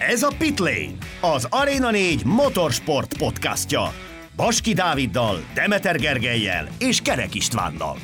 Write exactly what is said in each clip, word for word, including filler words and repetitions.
Ez a Pitlane, az Arena négy motorsport podcastja. Baski Dáviddal, Demeter Gergellyel és Kerek Istvánnal.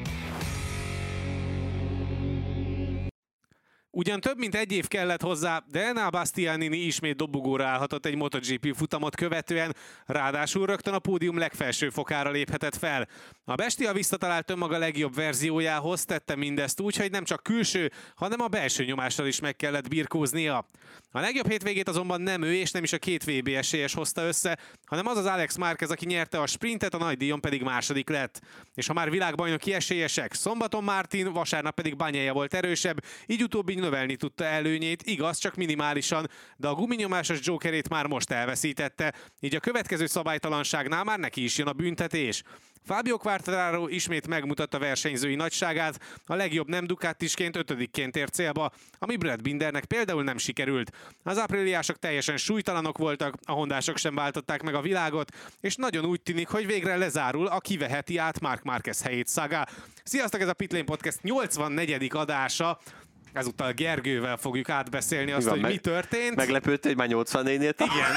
Ugyan több mint egy év kellett hozzá, de Enea Bastianini ismét dobogóra állhatott egy MotoGP futamot követően, ráadásul rögtön a pódium legfelső fokára léphetett fel. A bestia visszatalált önmaga legjobb verziójához, tette mindezt úgy, hogy nem csak külső, hanem a belső nyomással is meg kellett birkóznia. A legjobb hétvégét azonban nem ő és nem is a két vé bé esélyes hozta össze, hanem az az Alex Márquez, aki nyerte a sprintet, a nagydíjon pedig második lett. És ha már világbajnoki esélyesek, szombaton Martin, vasárnap pedig Bagnaia volt erősebb, így utóbbi növelni tudta előnyét, igaz, csak minimálisan, de a guminyomásos jokerét már most elveszítette, így a következő szabálytalanságnál már neki is jön a büntetés. Fabio Quartararo ismét megmutatta versenyzői nagyságát, a legjobb nem Ducatisként ötödikként ért célba, ami Brad Bindernek például nem sikerült. Az ápriliások teljesen súlytalanok voltak, a hondások sem váltották meg a világot, és nagyon úgy tűnik, hogy végre lezárul a kiveheti át Marc Márquez helyét szaga. Sziasztok, ez a Pitlane Podcast nyolcvannegyedik adása. Ezúttal Gergővel fogjuk átbeszélni azt, van, hogy meg, mi történt. Meglepődtél, hogy már nyolcvannégynél tart? Igen.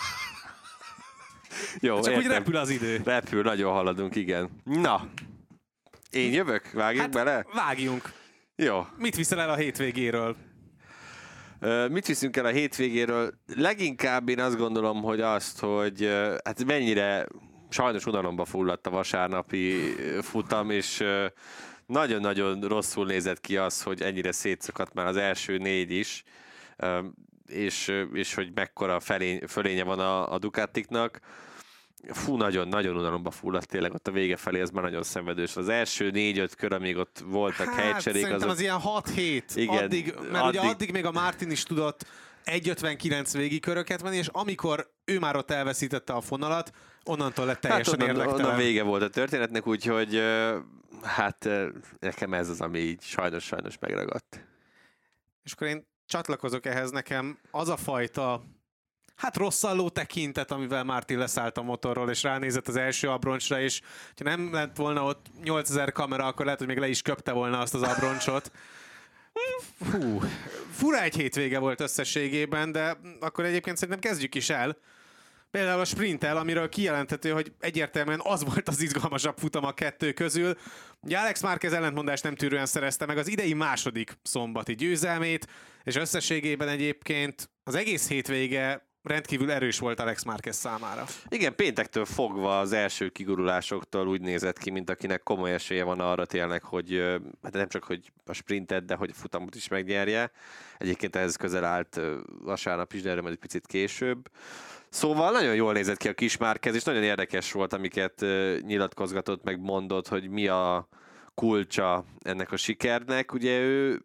Jó, csak értem. úgy repül az idő. Repül, nagyon haladunk, igen. Na, én jövök? Vágjunk hát, bele? vágjunk. Jó. Mit viszel el a hétvégéről? Uh, mit viszünk el a hétvégéről? Leginkább én azt gondolom, hogy azt, hogy uh, hát mennyire sajnos unalomba fulladt a vasárnapi futam, és uh, nagyon-nagyon rosszul nézett ki az, hogy ennyire szétszakadt már az első négy is, uh, és, és hogy mekkora felény, fölénye van a, a Ducatiknak. Fú, nagyon-nagyon unalomba fulladt tényleg ott a vége felé, ez már nagyon szenvedős. Az első négy-öt kör, amíg ott voltak hát, helycserék. Szerintem azok... az ilyen hat-hét, igen, addig, mert addig... ugye addig még a Martin is tudott egy ötvenkilenc végigköröket menni, és amikor ő már ott elveszítette a fonalat, onnantól lett teljesen hát onnan, érdektelen. onnan vége volt a történetnek, úgyhogy hát nekem ez az, ami így sajnos-sajnos megragadt. És akkor én csatlakozok ehhez, nekem az a fajta hát rosszalló tekintet, amivel Martin leszállt a motorról, és ránézett az első abroncsra, és ha nem lett volna ott nyolcezer kamera, akkor lehet, hogy még le is köpte volna azt az abroncsot. Fú, fura egy hétvége volt összességében, de akkor egyébként szerintem kezdjük is el. Például a sprinttel, amiről kijelenthető, hogy egyértelműen az volt az izgalmasabb futam a kettő közül. Ugye Alex Márquez ellentmondást nem tűrően szerezte meg az idei második szombati győzelmét, és összességében egyébként az egész hétvége rendkívül erős volt Alex Márquez számára. Igen, péntektől fogva az első kigurulásoktól úgy nézett ki, mint akinek komoly esélye van arra tényleg, hogy hát nem csak hogy a sprintet, de hogy a futamot is megnyerje. Egyébként ehhez közel állt vasárnap is, de erre majd egy picit később. Szóval nagyon jól nézett ki a kis Márquez, és nagyon érdekes volt, amiket nyilatkozgatott, meg mondott, hogy mi a kulcsa ennek a sikernek. Ugye ő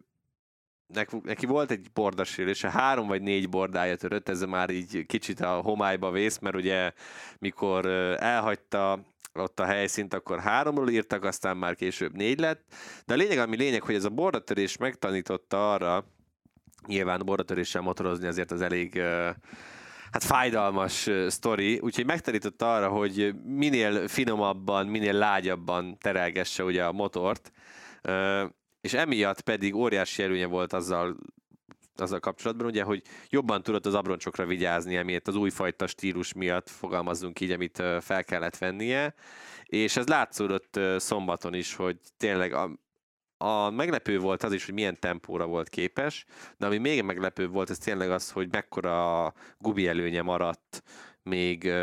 neki volt egy bordasérülése, három vagy négy bordája törött, ez már így kicsit a homályba vész, mert ugye mikor elhagyta ott a helyszínt, akkor háromról írtak, aztán már később négy lett. De a lényeg, ami lényeg, hogy ez a bordatörés megtanította arra, nyilván bordatöréssel motorozni azért az elég hát fájdalmas sztori, úgyhogy megtanította arra, hogy minél finomabban, minél lágyabban terelgesse ugye a motort, és emiatt pedig óriási előnye volt azzal, azzal kapcsolatban, ugye, hogy jobban tudott az abroncsokra vigyázni, emiatt az újfajta stílus miatt, fogalmazzunk így, amit fel kellett vennie, és ez látszódott szombaton is, hogy tényleg a, a meglepő volt az is, hogy milyen tempóra volt képes, de ami még meglepő volt, ez tényleg az, hogy mekkora gubi előnye maradt még,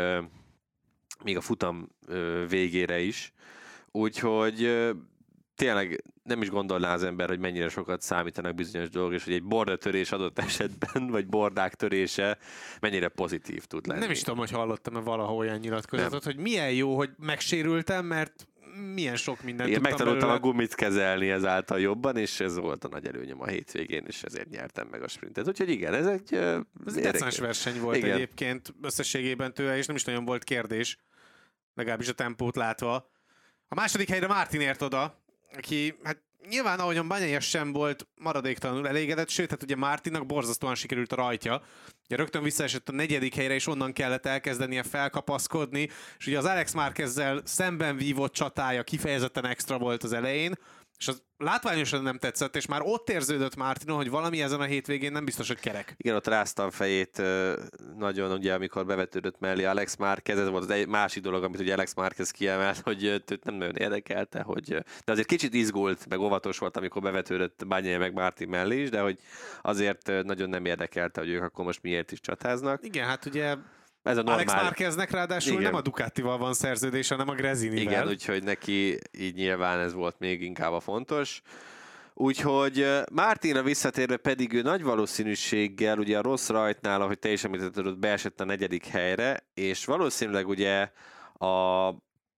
még a futam végére is. Úgyhogy tényleg nem is gondolná az ember, hogy mennyire sokat számítanak bizonyos dolgok, és hogy egy bordatörés adott esetben, vagy bordák törése mennyire pozitív tud lenni. Nem is tudom, hogy hallottam-e valahol olyan nyilatkozatot, hogy milyen jó, hogy megsérültem, mert milyen sok mindent Igen, tudtam megtanultam belőle. a gumit kezelni ezáltal jobban, és ez volt a nagy előnyöm a hétvégén, és ezért nyertem meg a sprintet. Úgyhogy igen, ez egy... Uh, ez egy decens verseny volt igen. Egyébként összességében tőle, és nem is nagyon volt kérdés, legalábbis a tempót látva. A második helyre Martin ért oda, aki hát nyilván ahogyan Bagnaia sem volt maradéktalanul elégedett, sőt, hát ugye Martinnak borzasztóan sikerült a rajtja. Ugye rögtön visszaesett a negyedik helyre, és onnan kellett elkezdenie felkapaszkodni, és ugye az Alex Márquezzel szemben vívott csatája kifejezetten extra volt az elején, és az látványosan nem tetszett, és már ott érződött Martino, hogy valami ezen a hétvégén nem biztos, hogy kerek. Igen, ott rázta a fejét nagyon, ugye, amikor bevetődött mellé Alex Márquez, ez volt az egy másik dolog, amit ugye Alex Márquez kiemelt, hogy őt nem nagyon érdekelte, hogy, de azért kicsit izgult, meg óvatos volt, amikor bevetődött Bagnaia meg Martin mellé is, de hogy azért nagyon nem érdekelte, hogy ők akkor most miért is csatáznak. Igen, hát ugye ez a normál... Alex Márqueznek ráadásul igen. nem a Ducatival van szerződés, hanem a Gresinivel. Igen, úgyhogy neki így nyilván ez volt még inkább a fontos. Úgyhogy Martinra visszatérve pedig ő nagy valószínűséggel ugye a rossz rajtnál, ahogy te is említetted, ott beesett a negyedik helyre, és valószínűleg ugye a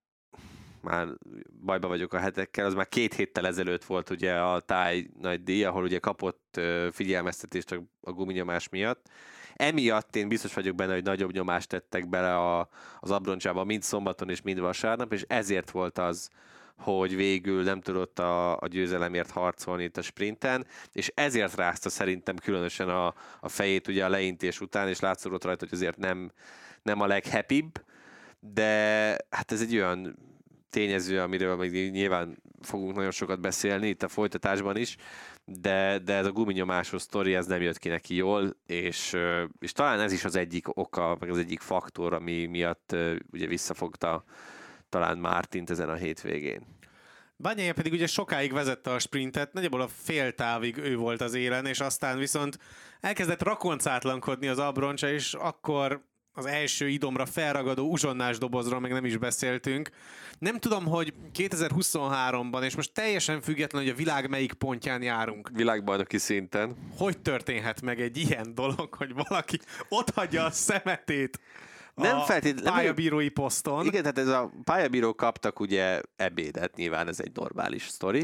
már bajba vagyok a hetekkel, az már két héttel ezelőtt volt ugye a táj nagy díj, ahol ugye kapott figyelmeztetést a guminyomás miatt. Emiatt én biztos vagyok benne, hogy nagyobb nyomást tettek bele a, az abroncsába mind szombaton és mind vasárnap, és ezért volt az, hogy végül nem tudott a, a győzelemért harcolni itt a sprinten, és ezért rázta szerintem különösen a, a fejét ugye a leintés után, és látszott rajta, hogy azért nem, nem a leghappibb, de hát ez egy olyan tényező, amiről még nyilván fogunk nagyon sokat beszélni itt a folytatásban is, de, de ez a guminyomásos sztori, ez nem jött ki neki jól, és, és talán ez is az egyik oka, meg az egyik faktor, ami miatt ugye visszafogta talán Martint ezen a hétvégén. Bagnaia pedig ugye sokáig vezette a sprintet, nagyjából a fél távig ő volt az élen, és aztán viszont elkezdett rakoncátlankodni az abroncsa, és akkor az első idomra felragadó uzsonnás dobozról meg nem is beszéltünk. Nem tudom, hogy kétezer-huszonháromban, és most teljesen független, hogy a világ melyik pontján járunk. Világbajnoki szinten. Hogy történhet meg egy ilyen dolog, hogy valaki otthagyja a szemetét nem a feltétlenül pályabírói poszton? Igen, tehát ez a pályabírók kaptak ugye ebédet, nyilván ez egy normális sztori.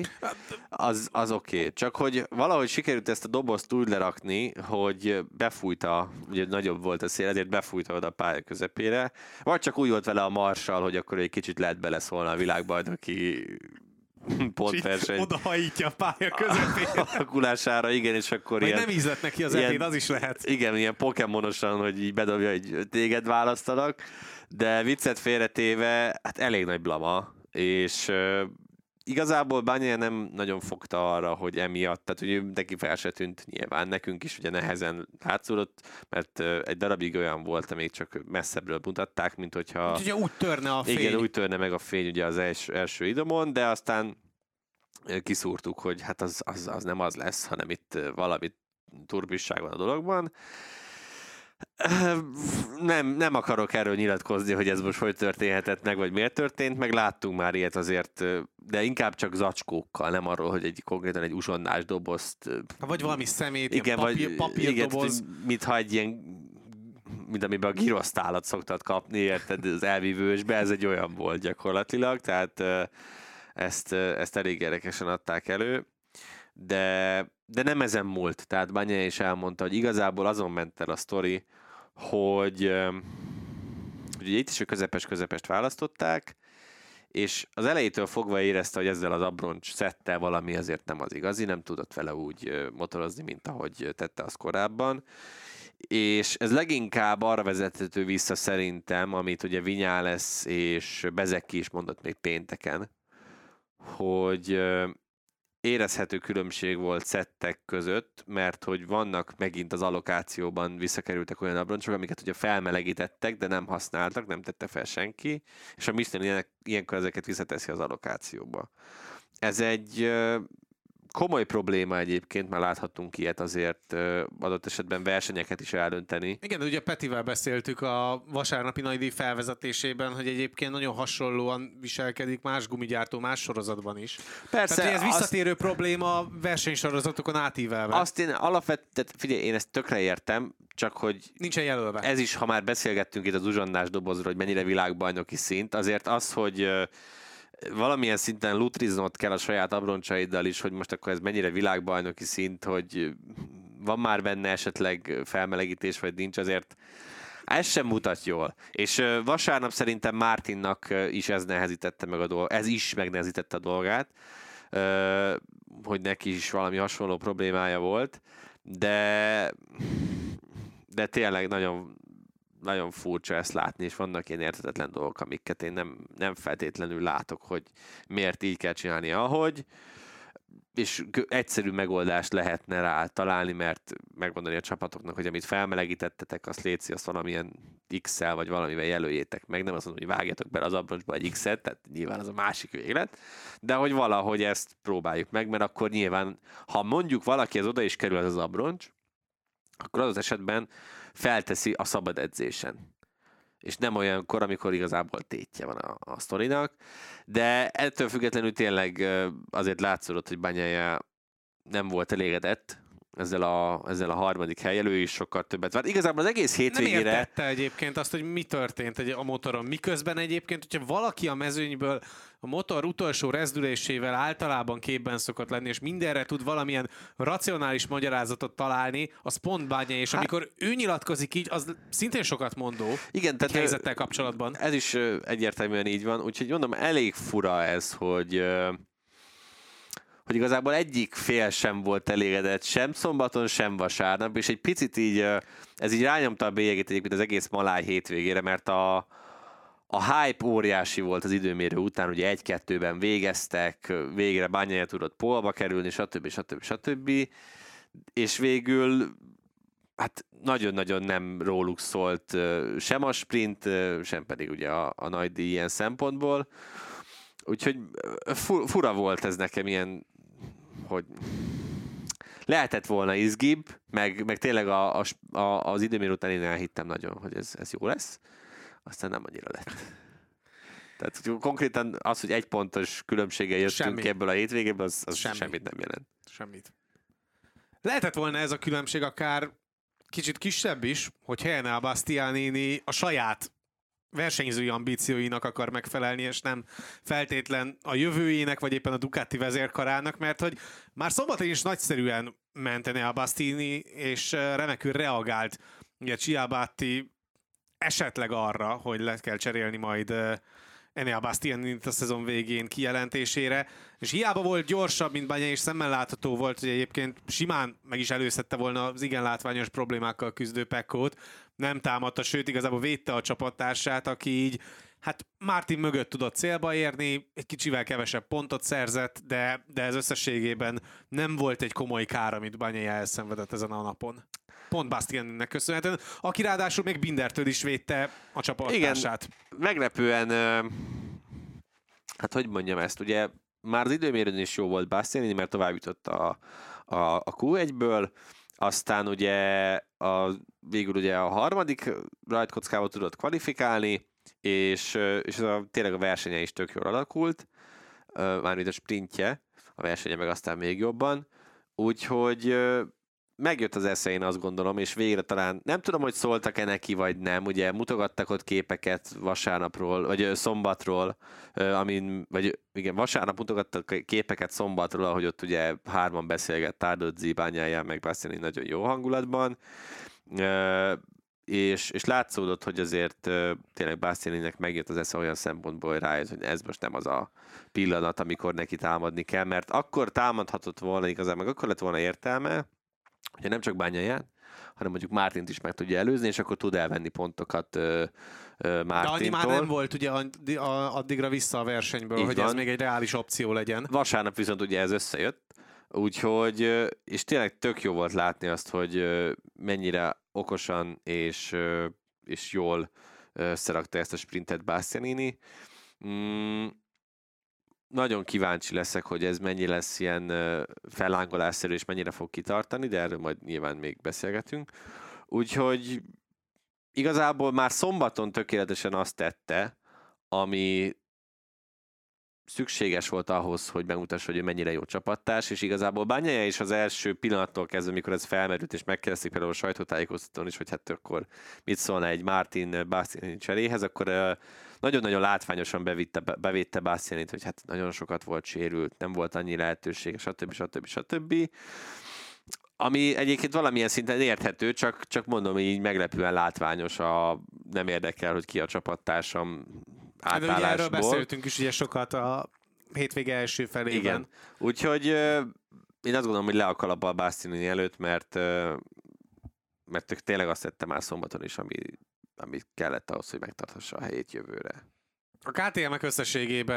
Az, az oké. Okay. Csak hogy valahogy sikerült ezt a dobozt úgy lerakni, hogy befújta, ugye nagyobb volt a szél, ezért befújta oda a pálya közepére. Vagy csak úgy volt vele a marsal, hogy akkor egy kicsit lehet beleszólna a világbajnoki pontverseny. Odahajítja a pálya közepére. Alakulására, igen, és akkor vagy ilyen... nem ízlet neki az ebéd, az is lehet. Igen, ilyen pokémonosan, hogy így bedobja, hogy téged választanak, de viccet félretéve, hát elég nagy blama, és uh, igazából Bagnaia nem nagyon fogta arra, hogy emiatt, tehát ugye neki fel se tűnt nyilván, nekünk is ugye nehezen látszódott, mert uh, egy darabig olyan volt, amíg csak messzebbről mutatták, mint hogyha... Ugye úgy törne a fény. Igen, úgy törne meg a fény ugye az els, első idomon, de aztán kiszúrtuk, hogy hát az, az, az nem az lesz, hanem itt valami turbisság van a dologban. Nem, nem akarok erről nyilatkozni, hogy ez most hogy történhetett meg, vagy miért történt, meg láttunk már ilyet azért, de inkább csak zacskókkal, nem arról, hogy egy konkrétan egy uzsonnás dobozt... Vagy valami szemét, igen, papír, papírdoboz. Igen, mintha egy ilyen, mint amiben a girosztálat szoktad kapni, érted, az elvívősbe, ez egy olyan volt gyakorlatilag, tehát ezt, ezt elég érdekesen adták elő, de, de nem ezen múlt. Tehát Bagnaia is elmondta, hogy igazából azon ment el a sztori, hogy, hogy itt is a közepes-közepest választották, és az elejétől fogva érezte, hogy ezzel az abroncs szettel valami azért nem az igazi, nem tudott vele úgy motorozni, mint ahogy tette az korábban. És ez leginkább arra vezethető vissza szerintem, amit ugye Viñales és Bezzecchi is mondott még pénteken, hogy érezhető különbség volt szettek között, mert hogy vannak megint az allokációban visszakerültek olyan abroncsok, amiket ugye felmelegítettek, de nem használtak, nem tette fel senki, és a Michelin ilyenkor ezeket visszateszi az allokációba. Ez egy komoly probléma egyébként, mert láthattunk ilyet azért adott esetben versenyeket is eldönteni. Igen, de ugye Petivel beszéltük a vasárnapi nagydíj felvezetésében, hogy egyébként nagyon hasonlóan viselkedik más gumigyártó más sorozatban is. Persze. Tehát, hogy ez visszatérő azt, probléma versenysorozatokon átívelve. Azt én alapvetően, figyelj, én ezt tökre értem, csak hogy nincsen jelölve. Ez is, ha már beszélgettünk itt az uzsonnás dobozról, hogy mennyire világbajnoki szint, azért az, hogy valamilyen szinten lutriznod kell a saját abroncsaiddal is, hogy most akkor ez mennyire világbajnoki szint, hogy van már benne esetleg felmelegítés, vagy nincs, azért ez sem mutat jól. És vasárnap szerintem Martinnak is ez nehezítette meg a dolgát, ez is megnehezítette a dolgát, hogy neki is valami hasonló problémája volt, de, de tényleg nagyon nagyon furcsa ezt látni, és vannak ilyen érthetetlen dolgok, amiket én nem, nem feltétlenül látok, hogy miért így kell csinálni, ahogy. és egyszerű megoldást lehetne rá találni, mert megmondani a csapatoknak, hogy amit felmelegítettetek, azt létszi, azt valamilyen X-szel vagy valamivel jelöljétek meg, nem azt mondom, hogy vágjatok bele az abroncsba egy X-et, tehát nyilván az a másik véglet, de hogy valahogy ezt próbáljuk meg, mert akkor nyilván, ha mondjuk valaki ez oda is kerül az, az abroncs, akkor az, az esetben felteszi a szabad edzésen. És nem olyankor, amikor igazából tétje van a, a sztorinak, de ettől függetlenül tényleg azért látszódott, hogy Bagnaia nem volt elégedett ezzel a, ezzel a harmadik hellyel, ő is sokkal többet várt. Igazából az egész hétvégére... Nem értette egyébként azt, hogy mi történt a motoron. Miközben egyébként, hogyha valaki a mezőnyből a motor utolsó rezdülésével általában képben szokott lenni, és mindenre tud valamilyen racionális magyarázatot találni, az pont Bagnaia, és hát, amikor ő nyilatkozik így, az szintén sokat mondó. Igen, tehát helyzettel kapcsolatban. Ez is egyértelműen így van, úgyhogy mondom, elég fura ez, hogy... hogy igazából egyik fél sem volt elégedett, sem szombaton, sem vasárnap, és egy picit így, ez így rányomta a bélyegét egyébként az egész maláj hétvégére, mert a, a hype óriási volt az időmérő után, ugye egy-kettőben végeztek, végre Bagnaia tudott pólba kerülni, stb. stb. stb. És végül hát nagyon-nagyon nem róluk szólt sem a sprint, sem pedig ugye a, a nagy díj ilyen szempontból. Úgyhogy fura volt ez nekem ilyen, hogy lehetett volna izgibb, meg, meg tényleg a, a, az időmérő után én elhittem nagyon, hogy ez, ez jó lesz, aztán nem annyira lett. Tehát konkrétan az, hogy egy pontos különbséggel jöttünk Semmi. ebből a hétvégéből, az, az Semmi. semmit nem jelent. Semmit. Lehetett volna ez a különbség akár kicsit kisebb is, hogy Helena Bastianini a saját versenyzői ambícióinak akar megfelelni, és nem feltétlen a jövőjének, vagy éppen a Ducati vezérkarának, mert hogy már szombaton is nagyszerűen mentene a Bastianini, és remekül reagált ugye Ciabatti esetleg arra, hogy le kell cserélni majd Enea Bastianinit a szezon végén kijelentésére, és hiába volt gyorsabb, mint Bagnaia, és szemmel látható volt, hogy egyébként simán meg is előszedte volna az igen látványos problémákkal küzdő Peccót, nem támadta, sőt igazából védte a csapattársát, aki így hát Martin mögött tudott célba érni, egy kicsivel kevesebb pontot szerzett, de, de ez összességében nem volt egy komoly kár, amit Bagnaia elszenvedett ezen a napon. Pont Bastianinnek köszönhetően, aki ráadásul még Bindertől is védte a csapattársát. Igen, meglepően, hát hogy mondjam ezt, ugye már az időmérőn is jó volt Bastianini, mert tovább jutott a, a, a kú egyből, aztán ugye a, végül ugye a harmadik rajtkockával tudott kvalifikálni, és, és a, tényleg a versenye is tök jól alakult, mármint a sprintje, a versenye meg aztán még jobban, úgyhogy megjött az esze, én azt gondolom, és végre talán, nem tudom, hogy szóltak-e neki, vagy nem, ugye mutogattak ott képeket vasárnapról, vagy szombatról, amin, vagy igen, vasárnap mutogattak képeket szombatról, ahogy ott ugye hárman beszélgett Tardozzi, Bagnaia, meg Bastianini nagyon jó hangulatban, és, és látszódott, hogy azért tényleg Bastianininek megjött az esze olyan szempontból, hogy rájött, hogy ez most nem az a pillanat, amikor neki támadni kell, mert akkor támadhatott volna igazán, meg akkor lett volna értelme, hogyha nem csak Bagnaiát, hanem mondjuk Martint is meg tudja előzni, és akkor tud elvenni pontokat uh, uh, Martintól. De annyi már nem volt ugye addigra vissza a versenyből, így hogy van. Ez még egy reális opció legyen. Vasárnap viszont ugye ez összejött, úgyhogy, és tényleg tök jó volt látni azt, hogy mennyire okosan és, és jól összerakta ezt a sprintet Bastianini. Mm. Nagyon kíváncsi leszek, hogy ez mennyi lesz ilyen fellángolásszerű, és mennyire fog kitartani, de erről majd nyilván még beszélgetünk. Úgyhogy igazából már szombaton tökéletesen azt tette, ami szükséges volt ahhoz, hogy megmutassa, hogy ő mennyire jó csapattárs, és igazából Bagnaia is az első pillanattól kezdve, amikor ez felmerült, és megkérdezték például a sajtótájékoztatón is, hogy hát akkor mit szólna egy Martin Bastianini cseréhez, akkor nagyon-nagyon látványosan bevitte, bevédte Bastianit, hogy hát nagyon sokat volt sérült, nem volt annyi lehetősége, stb. stb. stb. Ami egyébként valamilyen szinten érthető, csak, csak mondom, így meglepően látványos, a, nem érdekel, hogy ki a csapattársam átállásból. De ugye erről beszéltünk is ugye sokat a hétvége első felében. Igen, úgyhogy én azt gondolom, hogy le a kalapba a Bastianini előtt, mert, mert tényleg azt tette már szombaton is, ami amit kellett ahhoz, hogy megtarthassa a helyét jövőre. A ká té em-ek összességében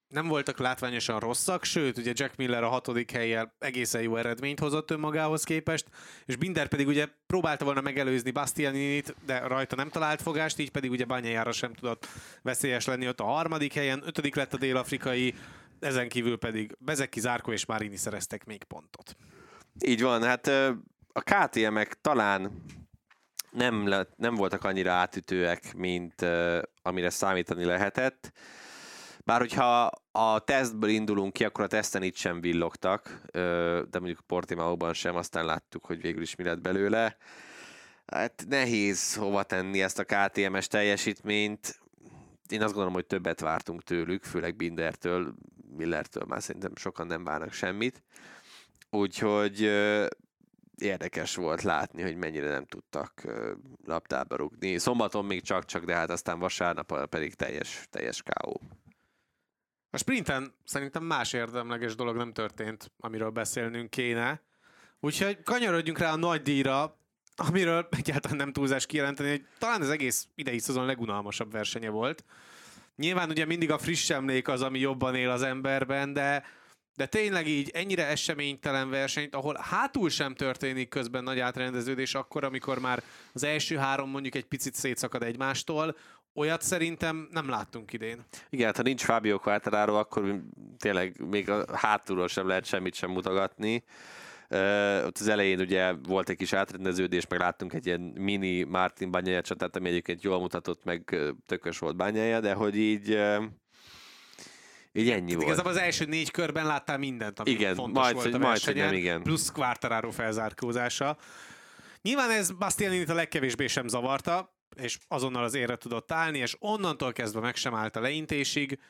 nem voltak látványosan rosszak, sőt, ugye Jack Miller a hatodik hellyel egészen jó eredményt hozott önmagához képest, és Binder pedig ugye próbálta volna megelőzni Bastianinit, de rajta nem talált fogást, így pedig ugye Bagnaia sem tudott veszélyes lenni ott a harmadik helyen, ötödik lett a dél-afrikai, ezen kívül pedig Bezeki, Zarco és Marini szereztek még pontot. Így van, hát a ká té em-ek talán nem, le, nem voltak annyira átütőek, mint amire számítani lehetett. Bár hogyha a tesztből indulunk ki, akkor a teszten itt sem villogtak, de mondjuk Portimaóban sem, aztán láttuk, hogy végül is mi lett belőle. Hát nehéz hova tenni ezt a ká té em-es teljesítményt. Én azt gondolom, hogy többet vártunk tőlük, főleg Bindertől, Millertől már szerintem sokan nem várnak semmit. Úgyhogy érdekes volt látni, hogy mennyire nem tudtak labdába rúgni. Szombaton még csak-csak, de hát aztán vasárnap pedig teljes, teljes ká ó. A sprinten szerintem más érdemleges dolog nem történt, amiről beszélnünk kéne. Úgyhogy kanyarodjunk rá a nagy díjra, amiről egyáltalán nem túlzás kijelenteni, hogy talán az egész idei szezon legunalmasabb versenye volt. Nyilván ugye mindig a friss emlék az, ami jobban él az emberben, de, de tényleg így ennyire eseménytelen versenyt, ahol hátul sem történik közben nagy átrendeződés akkor, amikor már az első három mondjuk egy picit szétszakad egymástól, olyat szerintem nem láttunk idén. Igen, hát ha nincs Fabio Quartararo, akkor tényleg még a hátulról sem lehet semmit sem mutogatni. Uh, ott az elején ugye volt egy kis átrendeződés, meg láttunk egy ilyen mini Martin Bagnaia csatát, ami egyébként jól mutatott, meg tökös volt Bagnaia, de hogy így, uh, így ennyi volt. Igazából az első négy körben láttál mindent, ami igen, fontos majd, volt a majd, versenyen, nem, igen. plusz Quartararo felzárkózása. Nyilván ez Bastianinit a legkevésbé sem zavarta, és azonnal az érre tudott állni, és onnantól kezdve meg sem állt a leintésig.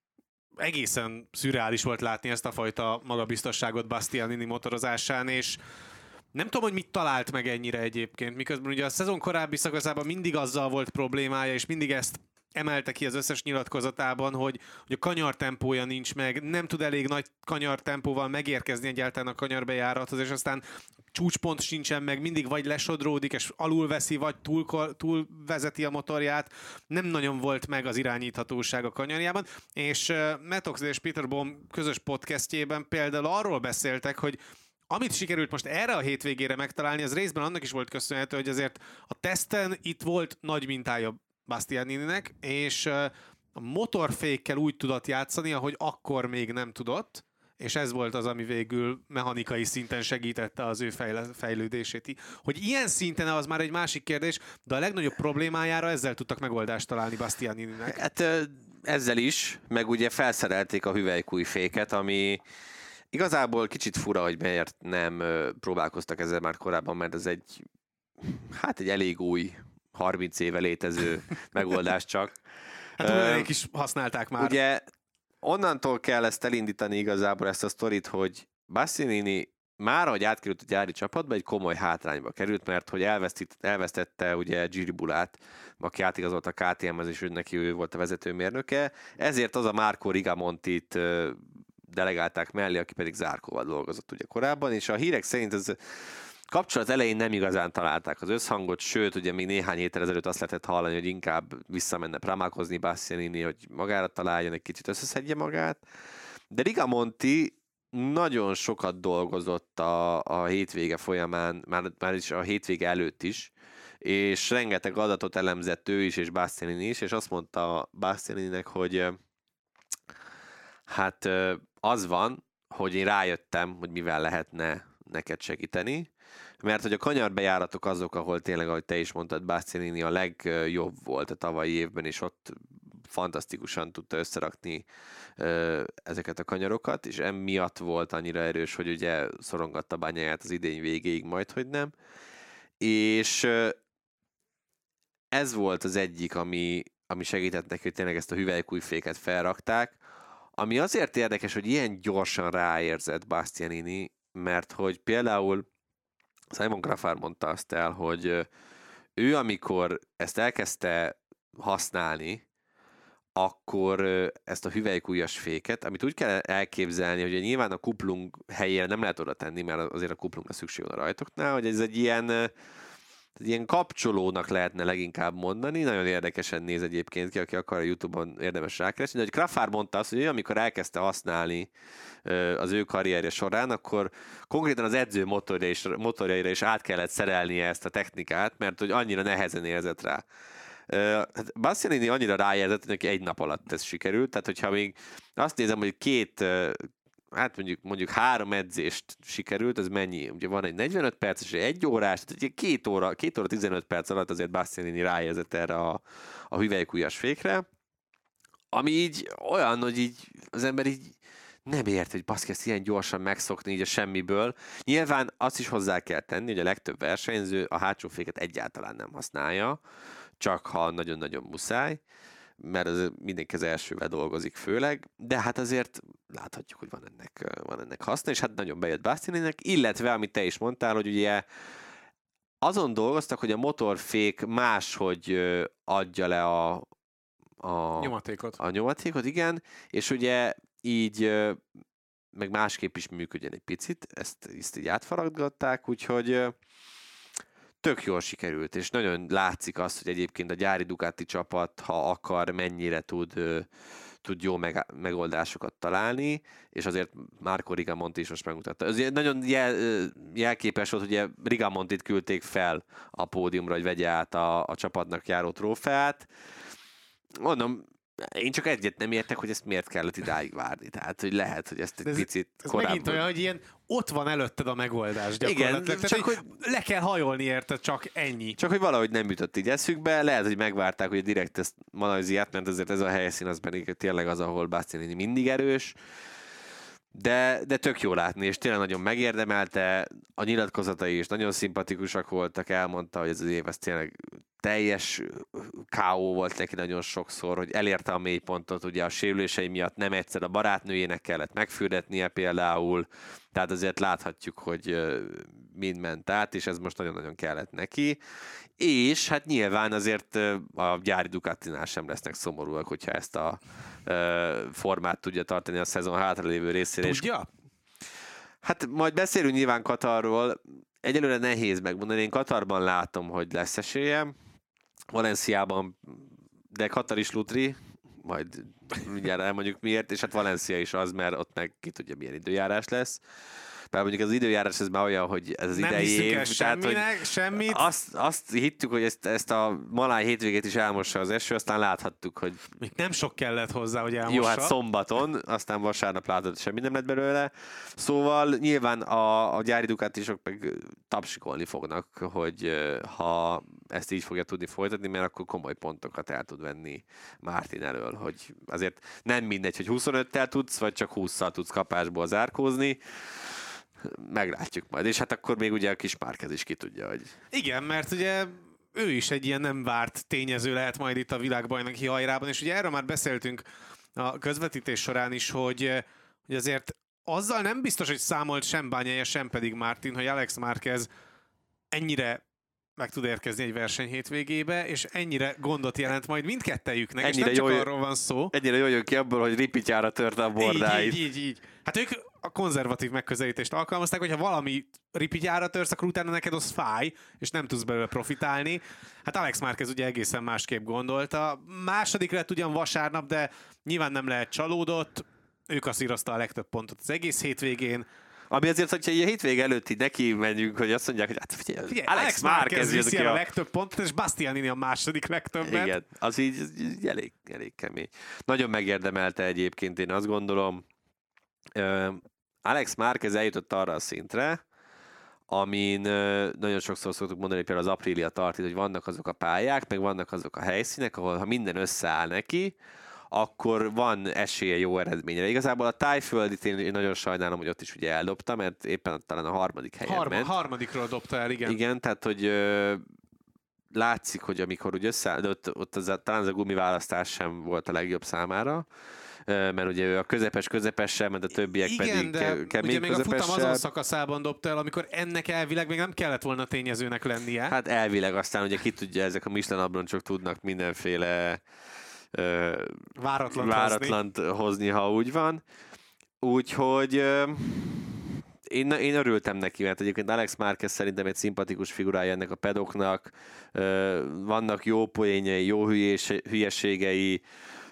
Egészen szürreális volt látni ezt a fajta magabiztosságot Bastianini motorozásán, és nem tudom, hogy mit talált meg ennyire egyébként, miközben ugye a szezon korábbi szakaszában mindig azzal volt problémája, és mindig ezt emelte ki az összes nyilatkozatában, hogy, hogy a kanyartempója nincs meg, nem tud elég nagy kanyartempóval megérkezni egyáltalán a kanyarbejárathoz, és aztán csúcspont sincsen meg, mindig vagy lesodródik, és alul veszi, vagy túl, túl vezeti a motorját. Nem nagyon volt meg az irányíthatóság a kanyarjában, és uh, Metox és Peter Bohm közös podcastjében például arról beszéltek, hogy amit sikerült most erre a hétvégére megtalálni, az részben annak is volt köszönhető, hogy azért a teszten itt volt nagy mintája Bastianininek, és uh, a motorfékkel úgy tudott játszani, ahogy akkor még nem tudott, és ez volt az, ami végül mechanikai szinten segítette az ő fejle- fejlődését. Hogy ilyen szinten az már egy másik kérdés, de a legnagyobb problémájára ezzel tudtak megoldást találni Bastianininek. Hát ezzel is, meg ugye felszerelték a hüvelykújféket, ami igazából kicsit fura, hogy miért nem próbálkoztak ezzel már korábban, mert ez egy, hát egy elég új, harminc éve létező megoldás csak. Hát ők is használták már. Ugye onnantól kell ezt elindítani igazából, ezt a sztorit, hogy Bastianini már, ahogy átkerült a gyári csapatba, egy komoly hátrányba került, mert hogy elvesztette ugye Giribulát, aki átigazolt a ká té em-hez, és ő neki ő volt a vezetőmérnöke. Ezért az a Marco Rigamontit delegálták mellé, aki pedig Zarcóval dolgozott ugye korábban, és a hírek szerint ez kapcsolat elején nem igazán találták az összhangot, sőt, ugye még néhány héttel ezelőtt azt lehetett hallani, hogy inkább visszamenne prámálkozni Bastianini, hogy magára találjon, egy kicsit összeszedje magát. De Rigamonti nagyon sokat dolgozott a, a hétvége folyamán, már, már is a hétvége előtt is, és rengeteg adatot elemzett ő is, és Bastianini is, és azt mondta Bastianininek, hogy hát az van, hogy én rájöttem, hogy mivel lehetne neked segíteni, mert hogy a kanyarbejáratok azok, ahol tényleg, ahogy te is mondtad, Bastianini a legjobb volt a tavalyi évben, és ott fantasztikusan tudta összerakni ö, ezeket a kanyarokat, és emiatt volt annyira erős, hogy ugye szorongatta Bagnaia-t az idény végéig, majd hogy nem. És ö, ez volt az egyik, ami, ami segített neki, hogy tényleg ezt a hüvelykújféket felrakták, ami azért érdekes, hogy ilyen gyorsan ráérzett Bastianini, mert hogy például Simon Grafár mondta azt el, hogy ő amikor ezt elkezdte használni, akkor ezt a hüvelykújas féket, amit úgy kell elképzelni, hogy nyilván a kuplung helyére nem lehet oda tenni, mert azért a kuplungra szükség van a rajtoknál, hogy ez egy ilyen ilyen kapcsolónak lehetne leginkább mondani, nagyon érdekesen néz egyébként ki, aki akar a YouTube-on érdemes rákeresni, de hogy Craffard mondta azt, hogy ő, amikor elkezdte használni az ő karrierje során, akkor konkrétan az edző motorja is, motorjaira is át kellett szerelnie ezt a technikát, mert hogy annyira nehezen érzett rá. Hát Bastianini annyira ráérzett, hogy neki egy nap alatt ez sikerült, tehát hogyha még azt nézem, hogy két, hát mondjuk, mondjuk három edzést sikerült, az mennyi? Ugye van egy negyvenöt perces, egy órás, tehát ugye két óra, két óra tizenöt perc alatt azért Bastianini ráérzett erre a, a hüvelykujjas fékre, ami így olyan, hogy így az ember így nem ért, hogy baszki, ezt ilyen gyorsan megszokni így a semmiből. Nyilván azt is hozzá kell tenni, hogy a legtöbb versenyző a hátsó féket egyáltalán nem használja, csak ha nagyon-nagyon muszáj, mert az mindenki az elsővel dolgozik főleg, de hát azért láthatjuk, hogy van ennek, van ennek haszna, és hát nagyon bejött Bastianininek, illetve, amit te is mondtál, hogy ugye azon dolgoztak, hogy a motorfék máshogy adja le a, a nyomatékot. A nyomatékot, igen, és ugye így meg másképp is működjön egy picit, ezt, ezt így átfaraggatták, úgyhogy tök jól sikerült, és nagyon látszik azt, hogy egyébként a gyári Ducati csapat, ha akar, mennyire tud, tud jó meg, megoldásokat találni, és azért Marco Rigamonti is most megmutatta. Ez nagyon jel, jelképes volt, hogy Rigamontit küldték fel a pódiumra, hogy vegye át a, a csapatnak járó trófeát. Mondom, én csak egyet nem értek, hogy ezt miért kellett idáig várni. Tehát, hogy lehet, hogy ezt egy ez, picit ez korábban... megint olyan, hogy ilyen ott van előtted a megoldás gyakorlatilag. Igen, csak hogy le kell hajolni érte, csak ennyi. Csak hogy valahogy nem jutott így eszükbe. Lehet, hogy megvárták, hogy direkt ezt Malajziát, mert azért ez a helyszín az pedig tényleg az, ahol Bastianini mindig erős. De, de tök jó látni, és tényleg nagyon megérdemelte. A nyilatkozatai is nagyon szimpatikusak voltak, elmondta, hogy ez az év ez tényleg teljes ká ó volt neki nagyon sokszor, hogy elérte a mélypontot, ugye a sérülései miatt nem egyszer a barátnőjének kellett megfürdetnie például, tehát azért láthatjuk, hogy mind ment át, és ez most nagyon-nagyon kellett neki. És hát nyilván azért a gyári Ducatinál sem lesznek szomorúak, hogyha ezt a formát tudja tartani a szezon hátralévő részére. Tudja? Hát majd beszélünk nyilván Katarról. Egyelőre nehéz megmondani. Én Katarban látom, hogy lesz esélye. Valenciában, de Katar is lutri, majd mindjárt elmondjuk miért, és hát Valencia is az, mert ott meg ki tudja milyen időjárás lesz. Bár mondjuk az időjárás ez már olyan, hogy ez az nem idei év. Nem semminek, hogy semmit. Azt, azt hittük, hogy ezt, ezt a maláj hétvégét is elmossa az eső, aztán láthattuk, hogy... Még nem sok kellett hozzá, hogy elmossa. Jó, hát szombaton, aztán vasárnap látod, semmi nem lett belőle. Szóval nyilván a, a gyári Ducatisok meg tapsikolni fognak, hogy ha ezt így fogja tudni folytatni, mert akkor komoly pontokat el tud venni Martin elől, hogy azért nem mindegy, hogy huszonöttel tudsz, vagy csak hússzal tudsz kapásból zárkózni. Meglátjuk majd. És hát akkor még ugye a kis Márquez is ki tudja, hogy... Igen, mert ugye ő is egy ilyen nem várt tényező lehet majd itt a világbajnoki hajrában, és ugye erről már beszéltünk a közvetítés során is, hogy, hogy azért azzal nem biztos, hogy számolt sem Bagnaia, sem pedig Martin, hogy Alex Márquez ennyire meg tud érkezni egy verseny hétvégébe, és ennyire gondot jelent majd mindkettejüknek, ennyire és nem csak jól, arról van szó. Ennyire jól jön ki abból, hogy ripityára törte a bordáit. Így, így, így, így. Hát ők a konzervatív megközelítést alkalmazták, hogyha valami ripityára törsz, akkor utána neked az fáj, és nem tudsz belőle profitálni. Hát Alex Márquez ugye egészen másképp gondolta. Második lett ugyan vasárnap, de nyilván nem lehet csalódott. Ő kasszírozta a legtöbb pontot az egész hétvégén. Ami azért, hogyha a hétvége előtt így neki menjünk, hogy azt mondják, hogy hát figyelj, figyelj Alex, Alex Márquez viszi a... a legtöbb pontot, és Bastianini a második legtöbbet. Igen, az így, így elég, elég kemény. Nagyon megérdemelte egyébként, én azt gondolom. Uh, Alex Márquez eljutott arra a szintre, amin uh, nagyon sokszor szoktuk mondani, hogy például az Aprilia tartít, hogy vannak azok a pályák, meg vannak azok a helyszínek, ahol ha minden összeáll neki, akkor van esélye jó eredményre. Igazából a tájföldit én nagyon sajnálom, hogy ott is ugye eldobta, mert éppen talán a harmadik helyen Harma, ment. Harmadikról dobta el, igen. Igen, tehát hogy ö, látszik, hogy amikor úgy összeáll, de ott, ott az a, talán az a gumiválasztás sem volt a legjobb számára, ö, mert ugye ő a közepes közepessel, mert a többiek igen, pedig de kemény ugye még a futam közepessel. azon szakaszában dobta el, amikor ennek elvileg még nem kellett volna tényezőnek lennie. Hát elvileg aztán ugye ki tudja, ezek a Michelin abroncsok tudnak mindenféle Uh, váratlant, váratlant hozni. hozni, ha úgy van. Úgyhogy uh, én, én örültem neki, mert egyébként Alex Márquez szerintem egy szimpatikus figurája ennek a pedoknak, vannak jó poénjai, jó hülyés, hülyeségei,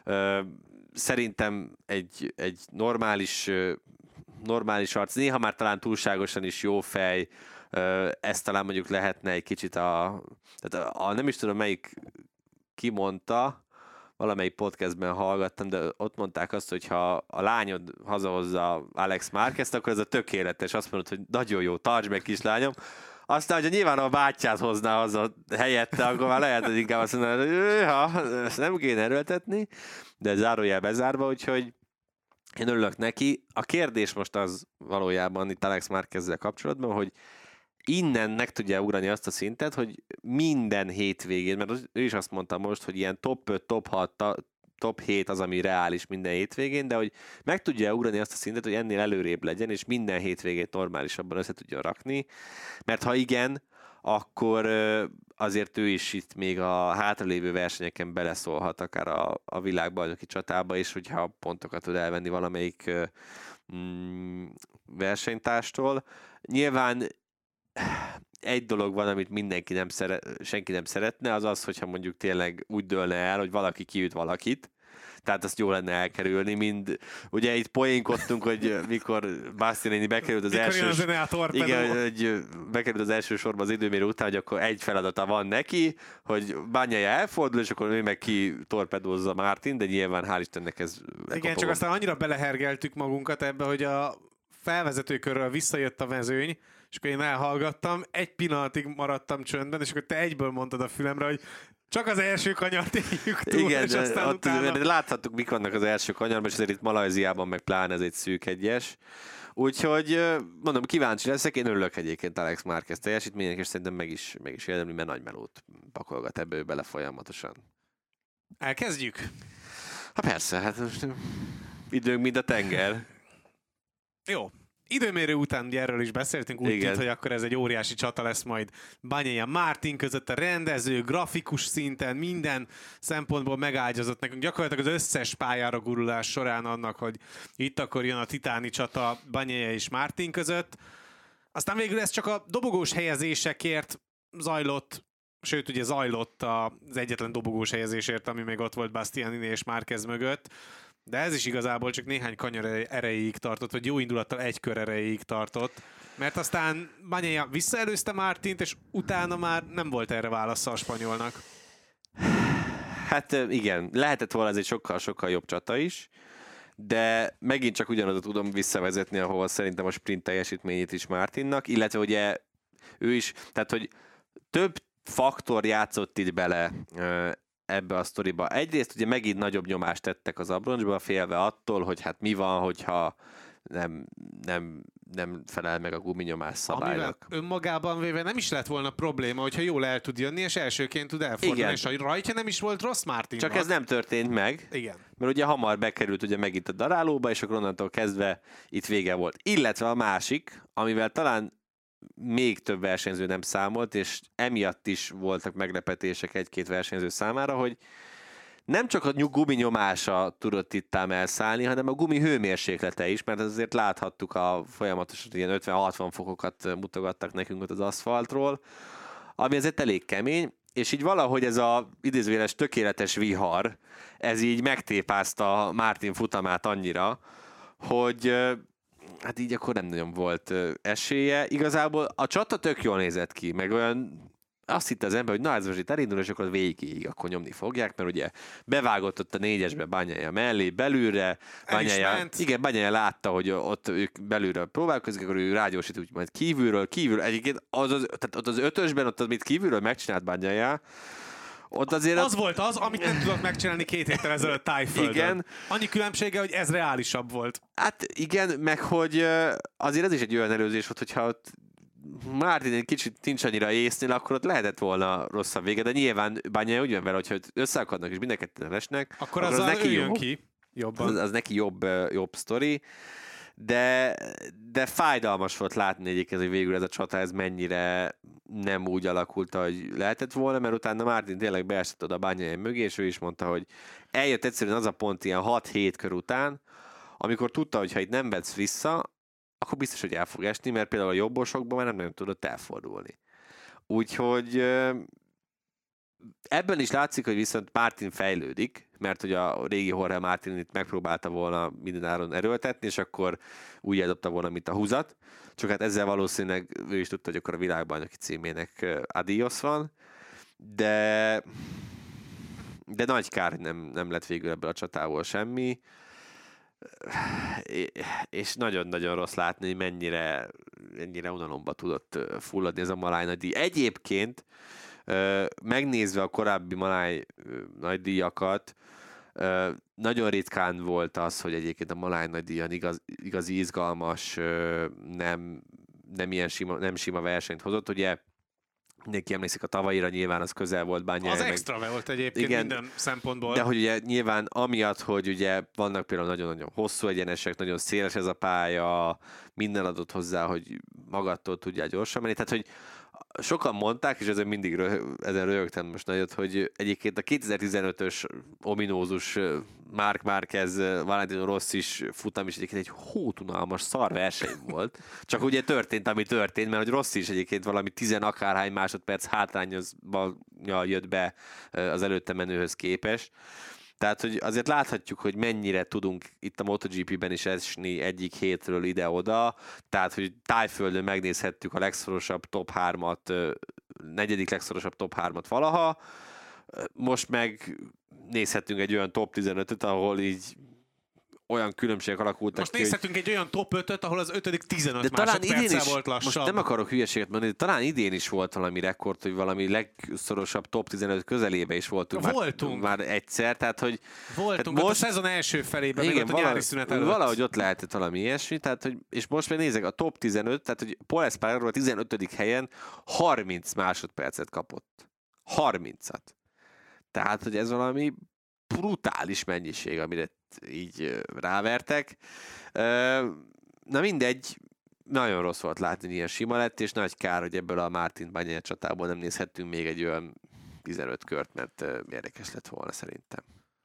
szerintem egy, egy normális, normális arc, néha már talán túlságosan is jó fej, ezt talán mondjuk lehetne egy kicsit a, tehát a, a nem is tudom melyik kimondta, valamelyik podcastben hallgattam, de ott mondták azt, hogy ha a lányod hazahozza Alex Márquezt, akkor ez a tökéletes. Azt mondod, hogy nagyon jó, tartsd meg, kislányom. Aztán, hogyha nyilván a bátyját hozná haza helyette, akkor már lehet, hogy inkább azt mondaná, hogy ha, ezt nem kéne erőltetni, de zárójel bezárva, úgyhogy én örülök neki. A kérdés most az valójában itt Alex Márquezzel kapcsolatban, hogy innen meg tudja ugrani azt a szintet, hogy minden hétvégén, mert ő is azt mondta most, hogy ilyen top öt, top hat, top hét az, ami reális minden hétvégén, de hogy meg tudja ugrani azt a szintet, hogy ennél előrébb legyen, és minden hétvégét normálisabban össze tudja rakni, mert ha igen, akkor azért ő is itt még a hátralévő versenyeken beleszólhat akár a, a világbajnoki csatába, és hogyha pontokat tud elvenni valamelyik mm, versenytárstól. Nyilván egy dolog van, amit mindenki nem szeret, senki nem szeretne, az az, hogyha mondjuk tényleg úgy dőlne el, hogy valaki kiüt valakit. Tehát azt jó lenne elkerülni, mind ugye itt poénkodtunk, hogy mikor Bastianini bekerült az mikor első... Igen, hogy bekerült az első sorba az időmérő után, hogy akkor egy feladata van neki, hogy Bagnaia elfordul, és akkor ő meg ki torpedózza Martin, de nyilván hál' Istennek ez... Igen, csak aztán annyira belehergeltük magunkat ebbe, hogy a felvezetőkörről visszajött a mezőny, és akkor én elhallgattam, egy pillanatig maradtam csöndben, és akkor te egyből mondtad a fülemre, hogy csak az első kanyart éljük túl, igen, és aztán ott utána... láthattuk, mik vannak az első kanyarban, és azért itt Malajziában meg pláne ez egy szűk egyes. Úgyhogy mondom, kíváncsi leszek, én örülök egyébként Alex Márquez teljesítménynek, és szerintem meg is, meg is érdemli, mert nagy melót pakolgat ebből bele folyamatosan. Elkezdjük? Ha persze, hát időnk, mint a tenger. Jó. Időmérő után ugye erről is beszéltünk, úgy tűnt, hogy akkor ez egy óriási csata lesz majd Bagnaia Martin között, a rendező, grafikus szinten, minden szempontból megágyazott nekünk. Gyakorlatilag az összes pályára gurulás során annak, hogy itt akkor jön a titáni csata Bagnaia és Martin között. Aztán végül ez csak a dobogós helyezésekért zajlott, sőt ugye zajlott az egyetlen dobogós helyezésért, ami még ott volt Bastianini és Márquez mögött. De ez is igazából csak néhány kanyar erejéig tartott, vagy jó indulattal egy kör erejéig tartott, mert aztán Bagnaia visszaelőzte Martint, és utána már nem volt erre válasza a spanyolnak. Hát igen, lehetett volna ez egy sokkal-sokkal jobb csata is, de megint csak ugyanazot tudom visszavezetni, ahol szerintem a sprint teljesítményét is Martinnak, illetve ugye ő is, tehát hogy több faktor játszott itt bele ebbe a sztoriba. Egyrészt ugye megint nagyobb nyomást tettek az abroncsba, félve attól, hogy hát mi van, hogyha nem, nem, nem felel meg a guminyomás szabálynak. Amivel önmagában véve nem is lett volna probléma, hogyha jól el tud jönni, és elsőként tud elfordulni, igen. És a rajtja nem is volt rossz Martinnak. Csak ez nem történt meg, igen. Mert ugye hamar bekerült ugye megint a darálóba, és akkor onnantól kezdve itt vége volt. Illetve a másik, amivel talán még több versenyző nem számolt, és emiatt is voltak meglepetések egy-két versenyző számára, hogy nem csak a gumi nyomása tudott itt ám elszállni, hanem a gumi hőmérséklete is, mert azért láthattuk a folyamatosan ilyen ötven-hatvan fokokat mutogattak nekünk ott az aszfaltról, ami azért elég kemény, és így valahogy ez a idézőjeles tökéletes vihar, ez így megtépázta Martin futamát annyira, hogy hát így akkor nem nagyon volt esélye. Igazából a csata tök jól nézett ki, meg olyan azt hitte az ember, hogy na ez most itt elindul, és akkor végig akkor nyomni fogják, mert ugye bevágott ott a négyesbe Bagnaia mellé, belülre. Bagnaia, igen, Bagnaia látta, hogy ott ők belülről próbálkozik, akkor ő rágyorsít, úgy majd kívülről, kívül. Egyébként az, az, tehát ott az ötösben, ott amit kívülről megcsinált Bagnaia, ott azért az az... volt az, amit nem tudott megcsinálni két héttel ezelőtt Tájföldön. Igen. Annyi különbsége, hogy ez reálisabb volt. Hát igen, meg hogy azért ez is egy olyan előzés volt, hogyha ott Martin egy kicsit nincs annyira észnél, akkor ott lehetett volna rosszabb vége, de nyilván Bagnaia úgy van vele, hogyha összeakadnak és mind a ketten esnek, akkor, akkor az, az neki jobb, ki jobban. Az, az neki jobb, jobb sztori, de, de fájdalmas volt látni egyébként, hogy végül ez a csata ez mennyire nem úgy alakult, ahogy lehetett volna, mert utána Martin tényleg beesett oda Bagnaia mögé, és ő is mondta, hogy eljött egyszerűen az a pont ilyen hat-hét kör után, amikor tudta, hogy ha itt nem vetsz vissza, akkor biztos, hogy el fog esni, mert például a jobbosokban már nem nagyon tudott elfordulni. Úgyhogy ebben is látszik, hogy viszont Martin fejlődik, mert hogy a régi Jorge Martin itt megpróbálta volna mindenáron erőltetni, és akkor úgy eldobta volna, mint a húzat. Csak hát ezzel valószínűleg ő is tudta, hogy akkor a világbajnoki címének adios van, de, de nagy kár, hogy nem, nem lett végül ebből a csatából semmi, és nagyon-nagyon rossz látni, hogy mennyire, mennyire unalomba tudott fulladni ez a Maláj nagydíj. Egyébként megnézve a korábbi Maláj nagydíjakat, nagyon ritkán volt az, hogy egyébként a Maláj nagydíjon igaz, igazi izgalmas, nem, nem ilyen sima, nem sima versenyt hozott. Ugye mindenki emlékszik a tavalyira, nyilván az közel volt Bagnaia. Az meg... extra volt egyébként igen, minden szempontból. De hogy ugye nyilván amiatt, hogy ugye vannak például nagyon-nagyon hosszú egyenesek, nagyon széles ez a pálya, minden adott hozzá, hogy magattól tudjál gyorsan menni. Tehát, hogy sokan mondták, és ezen mindig röh- ezen röhögtem most nagyot, hogy egyébként a kétezer-tizenötös ominózus Marc Márquez, Valentino Rossi-s futam is egyébként egy hótunalmas szar verseny volt. Csak ugye történt, ami történt, mert hogy Rossi is egyébként valami tizen akárhány másodperc hátrányban jött be az előtte menőhöz képest. Tehát, hogy azért láthatjuk, hogy mennyire tudunk itt a MotoGP-ben is esni egyik hétről ide-oda, tehát, hogy Tájföldön megnézhettük a legszorosabb top hármat, negyedik legszorosabb top hármat valaha, most meg nézhetünk egy olyan top tizenötöt, ahol így olyan különbségek alakultak most ki, nézhetünk hogy... egy olyan top ötöt, ahol az ötödik tizenöt de talán másodperccel idén is, volt lassabb. Most nem akarok hülyeséget mondani, de talán idén is volt valami rekord, hogy valami legszorosabb top tizenöt közelébe is voltunk. Voltunk. Már, már egyszer, tehát hogy... Voltunk, most, a szezon első felében, igen, még ott a valahogy, nyári szünet előtt. Valahogy ott lehetett valami ilyesmi, tehát, hogy, és most meg nézek, a top tizenöt, tehát hogy Pol Espargaro a tizenötödik helyen harminc másodpercet kapott. harmincat. Tehát, hogy ez valami brutális mennyiség, amire így rávertek. Na mindegy, nagyon rossz volt látni, ilyen sima lett, és nagy kár, hogy ebből a Martin Bagnaia csatából nem nézhettünk még egy olyan tizenöt kört, mert érdekes lett volna szerintem.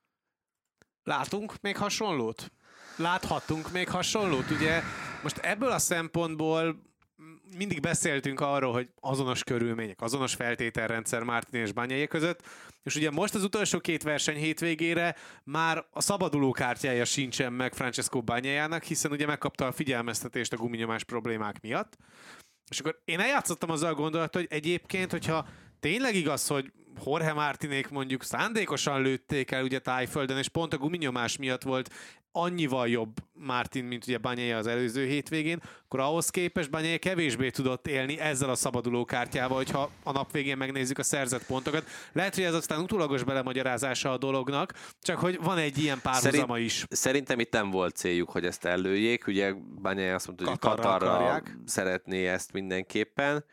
Látunk még hasonlót? Láthattunk még hasonlót? Ugye most ebből a szempontból mindig beszéltünk arról, hogy azonos körülmények, azonos feltételrendszer Martin és Bagnaia között, és ugye most az utolsó két verseny hétvégére már a szabaduló kártyája sincsen meg Francesco Bagnaiának, hiszen ugye megkapta a figyelmeztetést a guminyomás problémák miatt. És akkor én eljátszottam azzal a gondolat, hogy egyébként, hogyha tényleg igaz, hogy Jorge Martinék mondjuk szándékosan lőtték el ugye Tájföldön, és pont a guminyomás miatt volt annyival jobb Martin, mint ugye Bagnaia az előző hétvégén, akkor ahhoz képest Bagnaia kevésbé tudott élni ezzel a szabaduló kártyával, hogyha a nap végén megnézzük a szerzett pontokat. Lehet, hogy ez aztán utólagos belemagyarázása a dolognak, csak hogy van egy ilyen párhuzama Szerint, is. Szerintem itt nem volt céljuk, hogy ezt előjék. Ugye Bagnaia azt mondta, hogy Katarra, Katarra akarják. szeretné ezt mindenképpen.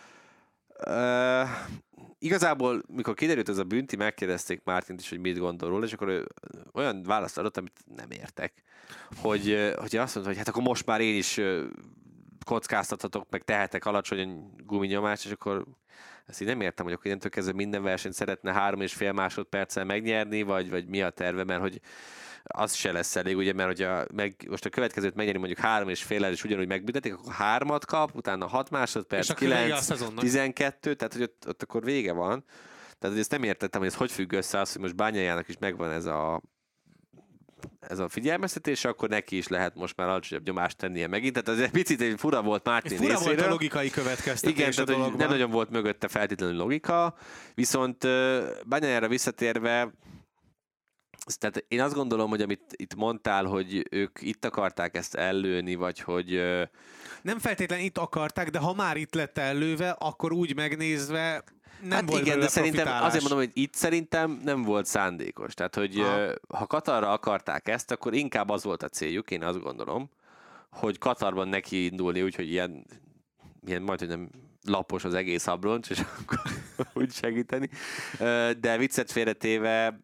Uh, igazából, mikor kiderült ez a bünti, megkérdezték Martint is, hogy mit gondol róla, és akkor ő olyan választ adott, amit nem értek. Hogy, hogy azt mondta, hogy hát akkor most már én is kockáztathatok, meg tehetek alacsony guminyomást, és akkor ezt így nem értem, hogy akkor innentől kezdve minden versenyt szeretne három és fél másodperccel megnyerni, vagy, vagy mi a terve, mert hogy az se lesz elég, ugye, mert hogyha meg, most a következőt megnyeri mondjuk három és fél és ugyanúgy megbüntetik, akkor hármat kap, utána hat másodperc, kilenc, tizenkettő, tehát hogy ott, ott akkor vége van. Tehát hogy ezt nem értettem, hogy ez hogy függ össze az, hogy most Bagnaiának is megvan ez a ez a figyelmeztetés, akkor neki is lehet most már alacsonyabb nyomást tennie megint. Tehát ez egy picit egy fura volt Martin fura részéről. volt a logikai következtetés. Igen, a tehát dologban. nem nagyon volt mögötte feltétlenül logika, viszont Bagnaiára visszatérve, tehát én azt gondolom, hogy amit itt mondtál, hogy ők itt akarták ezt ellőni, vagy hogy... Nem feltétlenül itt akarták, de ha már itt lett ellőve, akkor úgy megnézve nem hát volt igen, de szerintem profitálás. azért mondom, hogy itt szerintem nem volt szándékos. Tehát, hogy ha. ha Katarra akarták ezt, akkor inkább az volt a céljuk, én azt gondolom, hogy Katarban neki indulni, úgyhogy ilyen, ilyen majd, hogy nem lapos az egész abroncs, és akkor úgy segíteni. De viccet félretéve,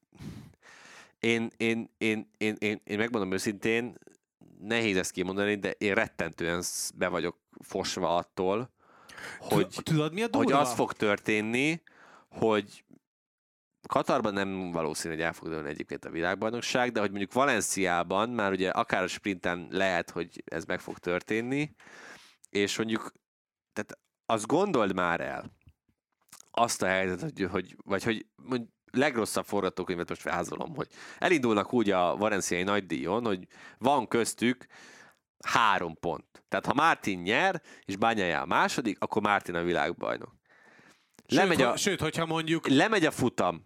Én, én, én, én, én, én megmondom őszintén, nehéz ezt kimondani, de én rettentően be vagyok fosva attól, hogy, Tudod, mi a hogy az fog történni, hogy Katarban nem valószínű, hogy el fog dőlni egyébként a világbajnokság, de hogy mondjuk Valenciában már ugye akár a sprinten lehet, hogy ez meg fog történni, és mondjuk, tehát azt gondold már el, azt a helyzetet, hogy, hogy vagy hogy legrosszabb forgatókönyvet most vázolom, hogy elindulnak úgy a valenciai nagydíjon, hogy van köztük három pont. Tehát ha Martin nyer, és Bagnaia a második, akkor Martin a világbajnok. Lemegy sőt, a, ho, sőt, hogyha mondjuk... Lemegy a futam,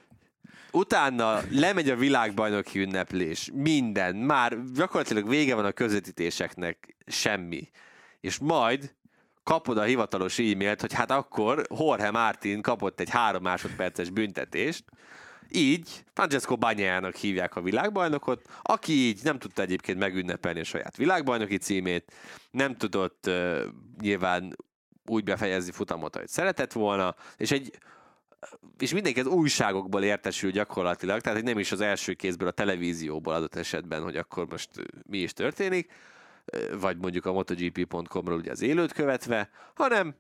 utána lemegy a világbajnoki ünneplés, minden, már gyakorlatilag vége van a közvetítéseknek, semmi. És majd kapod a hivatalos e-mailt, hogy hát akkor Jorge Martin kapott egy három másodperces büntetést, így Francesco Bagnaiának hívják a világbajnokot, aki így nem tudta egyébként megünnepelni a saját világbajnoki címét, nem tudott uh, nyilván úgy befejezni futamot, ahogy szeretett volna, és egy és mindenki az újságokból értesül gyakorlatilag, tehát hogy nem is az első kézből a televízióból adott esetben, hogy akkor most mi is történik, vagy mondjuk a MotoGP pont com-ról ugye az élőt követve, hanem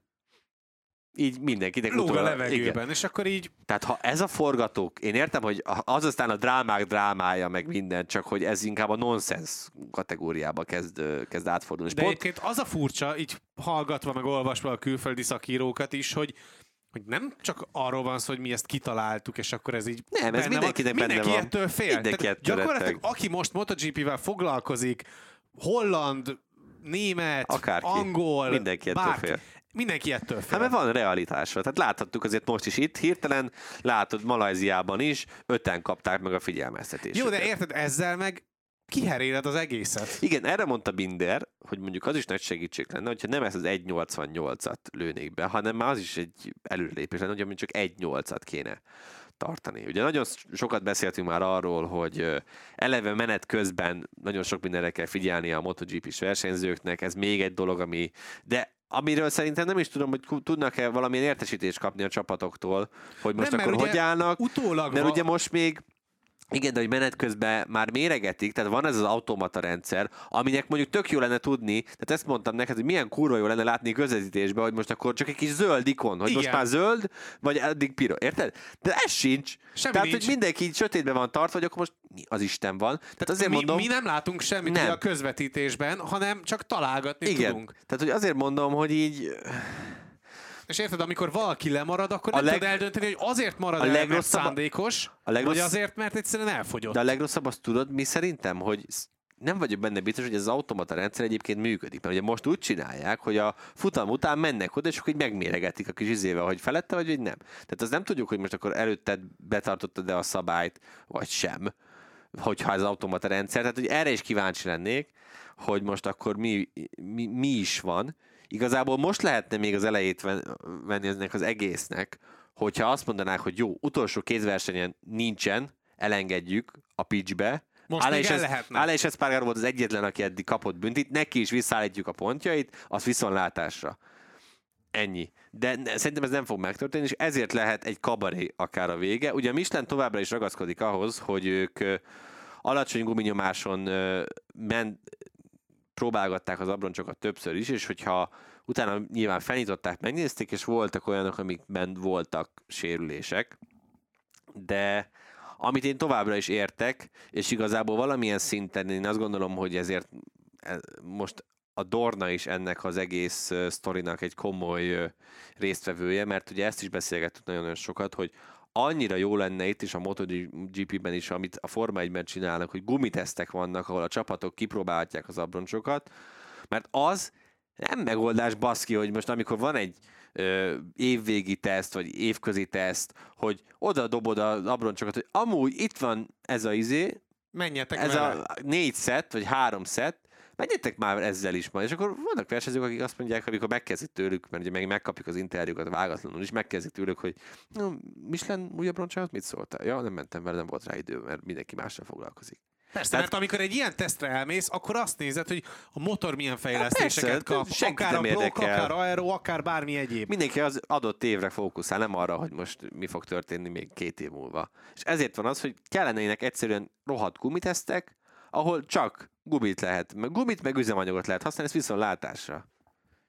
így mindenkinek lóg utólag, a levegőben, igen. És akkor így... Tehát ha ez a forgatók, én értem, hogy az aztán a drámák drámája, meg minden, csak hogy ez inkább a nonsens kategóriába kezd, kezd átfordulni. De pont... egyébként az a furcsa, így hallgatva, meg olvasva a külföldi szakírókat is, hogy hogy nem csak arról van szó, hogy mi ezt kitaláltuk, és akkor ez így nem, ez mindenkinek van. benne Mindenki van. ettől fél. Mindenki Tehát ettől gyakorlatilag retteg. aki most MotoGP-vel foglalkozik, holland, német, akárki, angol, mindenki ettől bárki, fél. Mindenki ettől fél. Hát mert van realitása. Tehát láthattuk azért most is itt, hirtelen látod Malajziában is, öten kapták meg a figyelmeztetést. Jó, de érted, ezzel meg kiheréled az egészet. Igen, erre mondta Binder, hogy mondjuk az is nagy segítség lenne, hogyha nem ezt az egy nyolcvannyolcat lőnék be, hanem már az is egy előrelépés lenne, hogyha csak egy nyolcat kéne tartani. Ugye nagyon sokat beszéltünk már arról, hogy eleve menet közben nagyon sok mindenre kell figyelni a MotoGP-s versenyzőknek, ez még egy dolog, ami... De amiről szerintem nem is tudom, hogy tudnak-e valamilyen értesítést kapni a csapatoktól, hogy most nem, akkor hogy állnak, utólag mert va- ugye most még igen, de hogy menet közben már méregetik, tehát van ez az automata rendszer, aminek mondjuk tök jó lenne tudni, tehát ezt mondtam neked, hogy milyen kurva jó lenne látni közvetítésben, hogy most akkor csak egy kis zöld ikon, hogy igen. Most már zöld, vagy addig piros, érted? De ez sincs. Semmi tehát, nincs. hogy mindenki így sötétben van tartva, hogy akkor most az Isten van. Tehát azért mi, mondom, mi nem látunk semmit nem. a közvetítésben, hanem csak találgatni igen. tudunk. Tehát, hogy azért mondom, hogy így... És érted, amikor valaki lemarad, akkor A nem leg... tudod eldönteni, hogy azért marad a el, mert legrosszabb... szándékos, a legrossz... vagy azért, mert egyszerűen elfogyott. De a legrosszabb azt tudod, mi szerintem, hogy nem vagyok benne biztos, hogy ez az automata rendszer egyébként működik. Mert ugye most úgy csinálják, hogy a futam után mennek oda, és akkor így megméregetik a kis izével, hogy felette vagy, vagy nem. Tehát azt nem tudjuk, hogy most akkor előtted betartottad-e a szabályt, vagy sem, hogyha ez az automata rendszer. Tehát, hogy erre is kíváncsi lennék, hogy most akkor mi, mi, mi is van. Igazából most lehetne még az elejét venni ennek az egésznek, hogyha azt mondanák, hogy jó, utolsó kézversenyen nincsen, elengedjük a pitchbe. Most még el lehetne. Alex Espargaró volt az egyetlen, aki eddig kapott büntit, neki is visszaállítjuk a pontjait, az viszontlátásra. Ennyi. De szerintem ez nem fog megtörténni, és ezért lehet egy kabaré akár a vége. Ugye a Michelin továbbra is ragaszkodik ahhoz, hogy ők alacsony guminyomáson ment, próbálgatták az abroncsokat többször is, és hogyha utána nyilván felnyitották, megnézték, és voltak olyanok, amikben voltak sérülések, de amit én továbbra is értek, és igazából valamilyen szinten én azt gondolom, hogy ezért most a Dorna is ennek az egész sztorinak egy komoly résztvevője, mert ugye ezt is beszélgettük nagyon-nagyon sokat, hogy annyira jó lenne itt is a MotoGP-ben is, amit a Forma egyben csinálnak, hogy gumitesztek vannak, ahol a csapatok kipróbálhatják az abroncsokat, mert az nem megoldás, baszki, hogy most amikor van egy ö, évvégi teszt, vagy évközi teszt, hogy oda dobod az abroncsokat, hogy amúgy itt van ez a izé, menjetek ez vele. a négy szett, vagy három szett, menjetek már ezzel is majd. És akkor vannak versenyzők, akik azt mondják, amikor megkezdik tőlük, mert ugye meg megkapjuk az interjúkat vágatlanul is, megkezdik tőlük, hogy no, Michelin új abroncsához mit szóltál? Ja, nem mentem vele, nem volt rá idő, mert mindenki mással foglalkozik. Persze, Tehát, mert amikor egy ilyen tesztre elmész, akkor azt nézed, hogy a motor milyen fejlesztéseket persze, kap, akár a blokk, akár aero, akár bármi egyéb. Mindenki az adott évre fókuszál, nem arra, hogy most mi fog történni még két év múlva. És ezért van az, hogy kellenének egyszerűen rohadt gumitesztek, ahol csak gumit lehet, gumit meg üzemanyagot lehet használni, ez viszont látásra.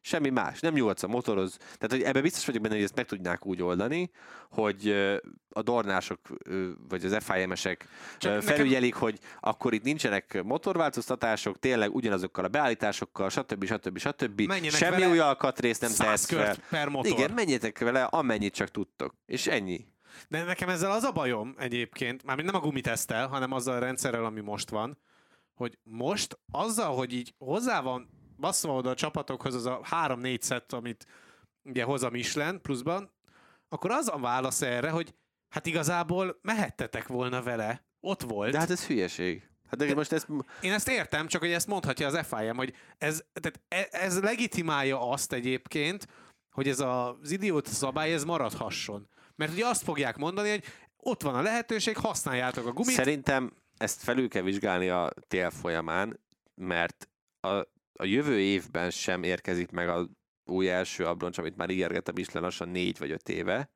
Semmi más. Nem nyugodsz a motoroz. Tehát, hogy ebben biztos vagyok benne, hogy ezt meg tudnák úgy oldani, hogy a dornások, vagy az ef i em-esek felügyelik, nekem... hogy akkor itt nincsenek motorváltoztatások, tényleg ugyanazokkal a beállításokkal, stb. stb. stb. Semmi új alkatrészt nem tesz fel. Per motor. Igen, menjetek vele, amennyit csak tudtok. És ennyi. De nekem ezzel az a bajom egyébként, mármint nem a gumiteszttel, hanem azzal a rendszerrel, ami most van, hogy most azzal, hogy így hozzá van basszva oda a csapatokhoz az a három-négy szett, amit ugye hoz a Michelin pluszban, akkor az a válasz erre, hogy hát igazából mehettetek volna vele, ott volt. De hát ez hülyeség. Hát de most ezt... Én ezt értem, csak hogy ezt mondhatja az ef i em, hogy ez, tehát ez legitimálja azt egyébként, hogy ez az idióta szabály, ez maradhasson. Mert ugye azt fogják mondani, hogy ott van a lehetőség, használjátok a gumit. Szerintem ezt felül kell vizsgálni a tél folyamán, mert a, a jövő évben sem érkezik meg az új első abroncs, amit már ígérgett a Michelin lassan négy vagy öt éve,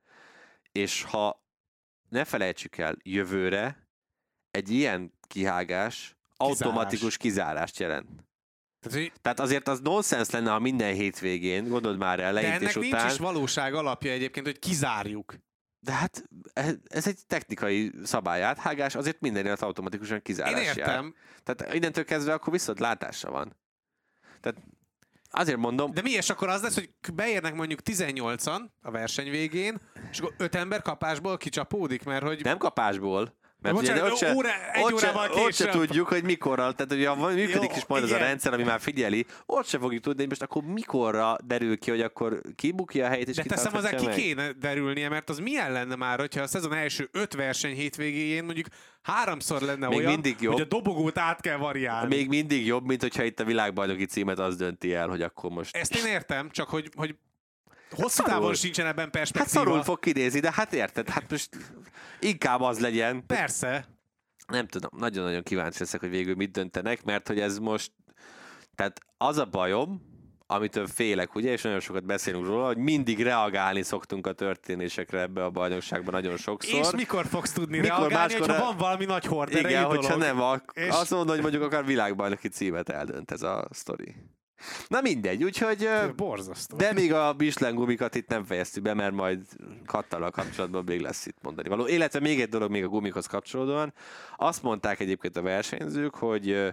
és ha ne felejtsük el, jövőre egy ilyen kihágás Kizárás. automatikus kizárást jelent. Tehát, Tehát azért az nonsens lenne, ha minden hétvégén, gondold már el, leintés után... De ennek nincs is valóság alapja egyébként, hogy kizárjuk. De hát ez egy technikai szabályáthágás, azért minden élet automatikusan kizárás Én értem. Jár. Tehát innentől kezdve akkor viszont látásra van. Tehát azért mondom... De mi, és akkor az lesz, hogy beérnek mondjuk tizennyolcan a verseny végén, és akkor öt ember kapásból kicsapódik, mert hogy... Nem kapásból. Mert bocsánat, ugye ott se, óra, egy ott se, ott se tudjuk, hogy mikorra, tehát ugye működik Jó, is majd igen. az a rendszer, ami már figyeli, ott se fogjuk tudni, hogy most akkor mikorra derül ki, hogy akkor kibukja a helyét, és de teszem hozzá, ki meg. kéne derülnie, mert az milyen lenne már, hogyha a szezon első öt verseny hétvégéjén mondjuk háromszor lenne még olyan, mindig jobb, hogy a dobogót át kell variálni. Még mindig jobb, mint hogyha itt a világbajnoki címet az dönti el, hogy akkor most... Ezt én értem, csak hogy, hogy hosszú távon sincsen ebben perspektíva. Hát szarul fog kinézni, de hát érted, hát most inkább az legyen. Persze. Nem tudom, nagyon-nagyon kíváncsi leszek, hogy végül mit döntenek, mert hogy ez most, tehát az a bajom, amitől félek, ugye, és nagyon sokat beszélünk róla, hogy mindig reagálni szoktunk a történésekre ebbe a bajnokságban nagyon sokszor. És mikor fogsz tudni mikor reagálni, máskor hogyha van valami nagy horderejű igen, dolog. hogyha nem, ak- és... azt mondod, hogy mondjuk akár világbajnoki címet eldönt ez a sztori. Na mindegy, úgyhogy... Borzasztó. De még a Michelin gumikat itt nem fejeztük be, mert majd Kattal a kapcsolatban még lesz itt mondani való. Illetve még egy dolog még a gumikhoz kapcsolódóan. Azt mondták egyébként a versenyzők, hogy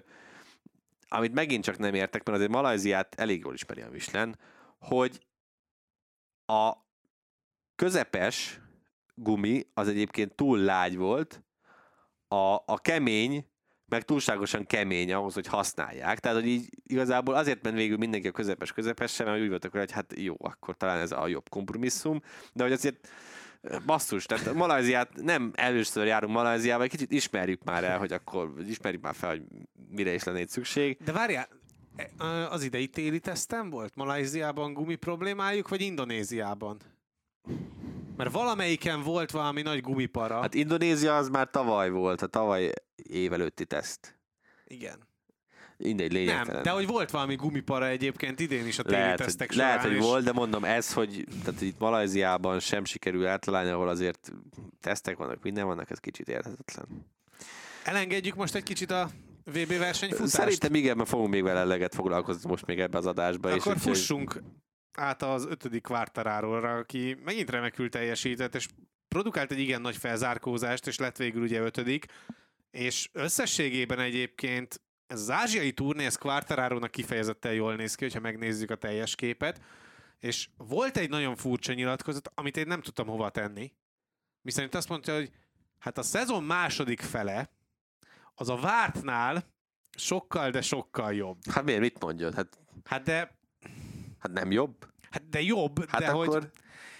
amit megint csak nem értek, mert azért Malajziát elég jól ismeri a Michelin, hogy a közepes gumi az egyébként túl lágy volt, a, a kemény meg túlságosan kemény ahhoz, hogy használják. Tehát, hogy így igazából azért ment végül mindenki a közepes közepesen, mert úgy voltak, hogy hát jó, akkor talán ez a jobb kompromisszum, de hogy azért basszus, tehát Malajziát nem először járunk Malajziába, egy kicsit ismerjük már el, hogy akkor ismerjük már fel, hogy mire is lenne itt szükség. De várjál, az idei téli tesztem volt Malajziában gumi problémájuk, vagy Indonéziában? Mert valamelyiken volt valami nagy gumipara. Hát Indonézia az már tavaly volt, a tavaly év előtti teszt. Igen. Mindegy, lényegtelen. Nem, de hogy volt valami gumipara egyébként idén is a téli lehet, tesztek hogy, során. lehet, hogy és... volt, de mondom ez, hogy tehát itt Malajziában sem sikerül áttalálni, ahol azért tesztek vannak, minden vannak, ez kicsit érthetetlen. Elengedjük most egy kicsit a vé bé versenyfutást? Szerintem igen, mert fogunk még vele eleget foglalkozni most még ebbe az adásba. Akkor és fussunk úgy, át az ötödik Quartararóra, aki megint remekül teljesített, és produkált egy igen nagy felzárkózást, és lett végül ugye ötödik, és összességében egyébként ez az ázsiai turné, ez Quartararónak kifejezetten jól néz ki, hogyha megnézzük a teljes képet, és volt egy nagyon furcsa nyilatkozat, amit én nem tudtam hova tenni, miszerint azt mondta, hogy hát a szezon második fele az a vártnál sokkal, de sokkal jobb. Hát miért, mit mondjon? Hát, hát de... Hát nem jobb? Hát de jobb, hát de akkor... hogy...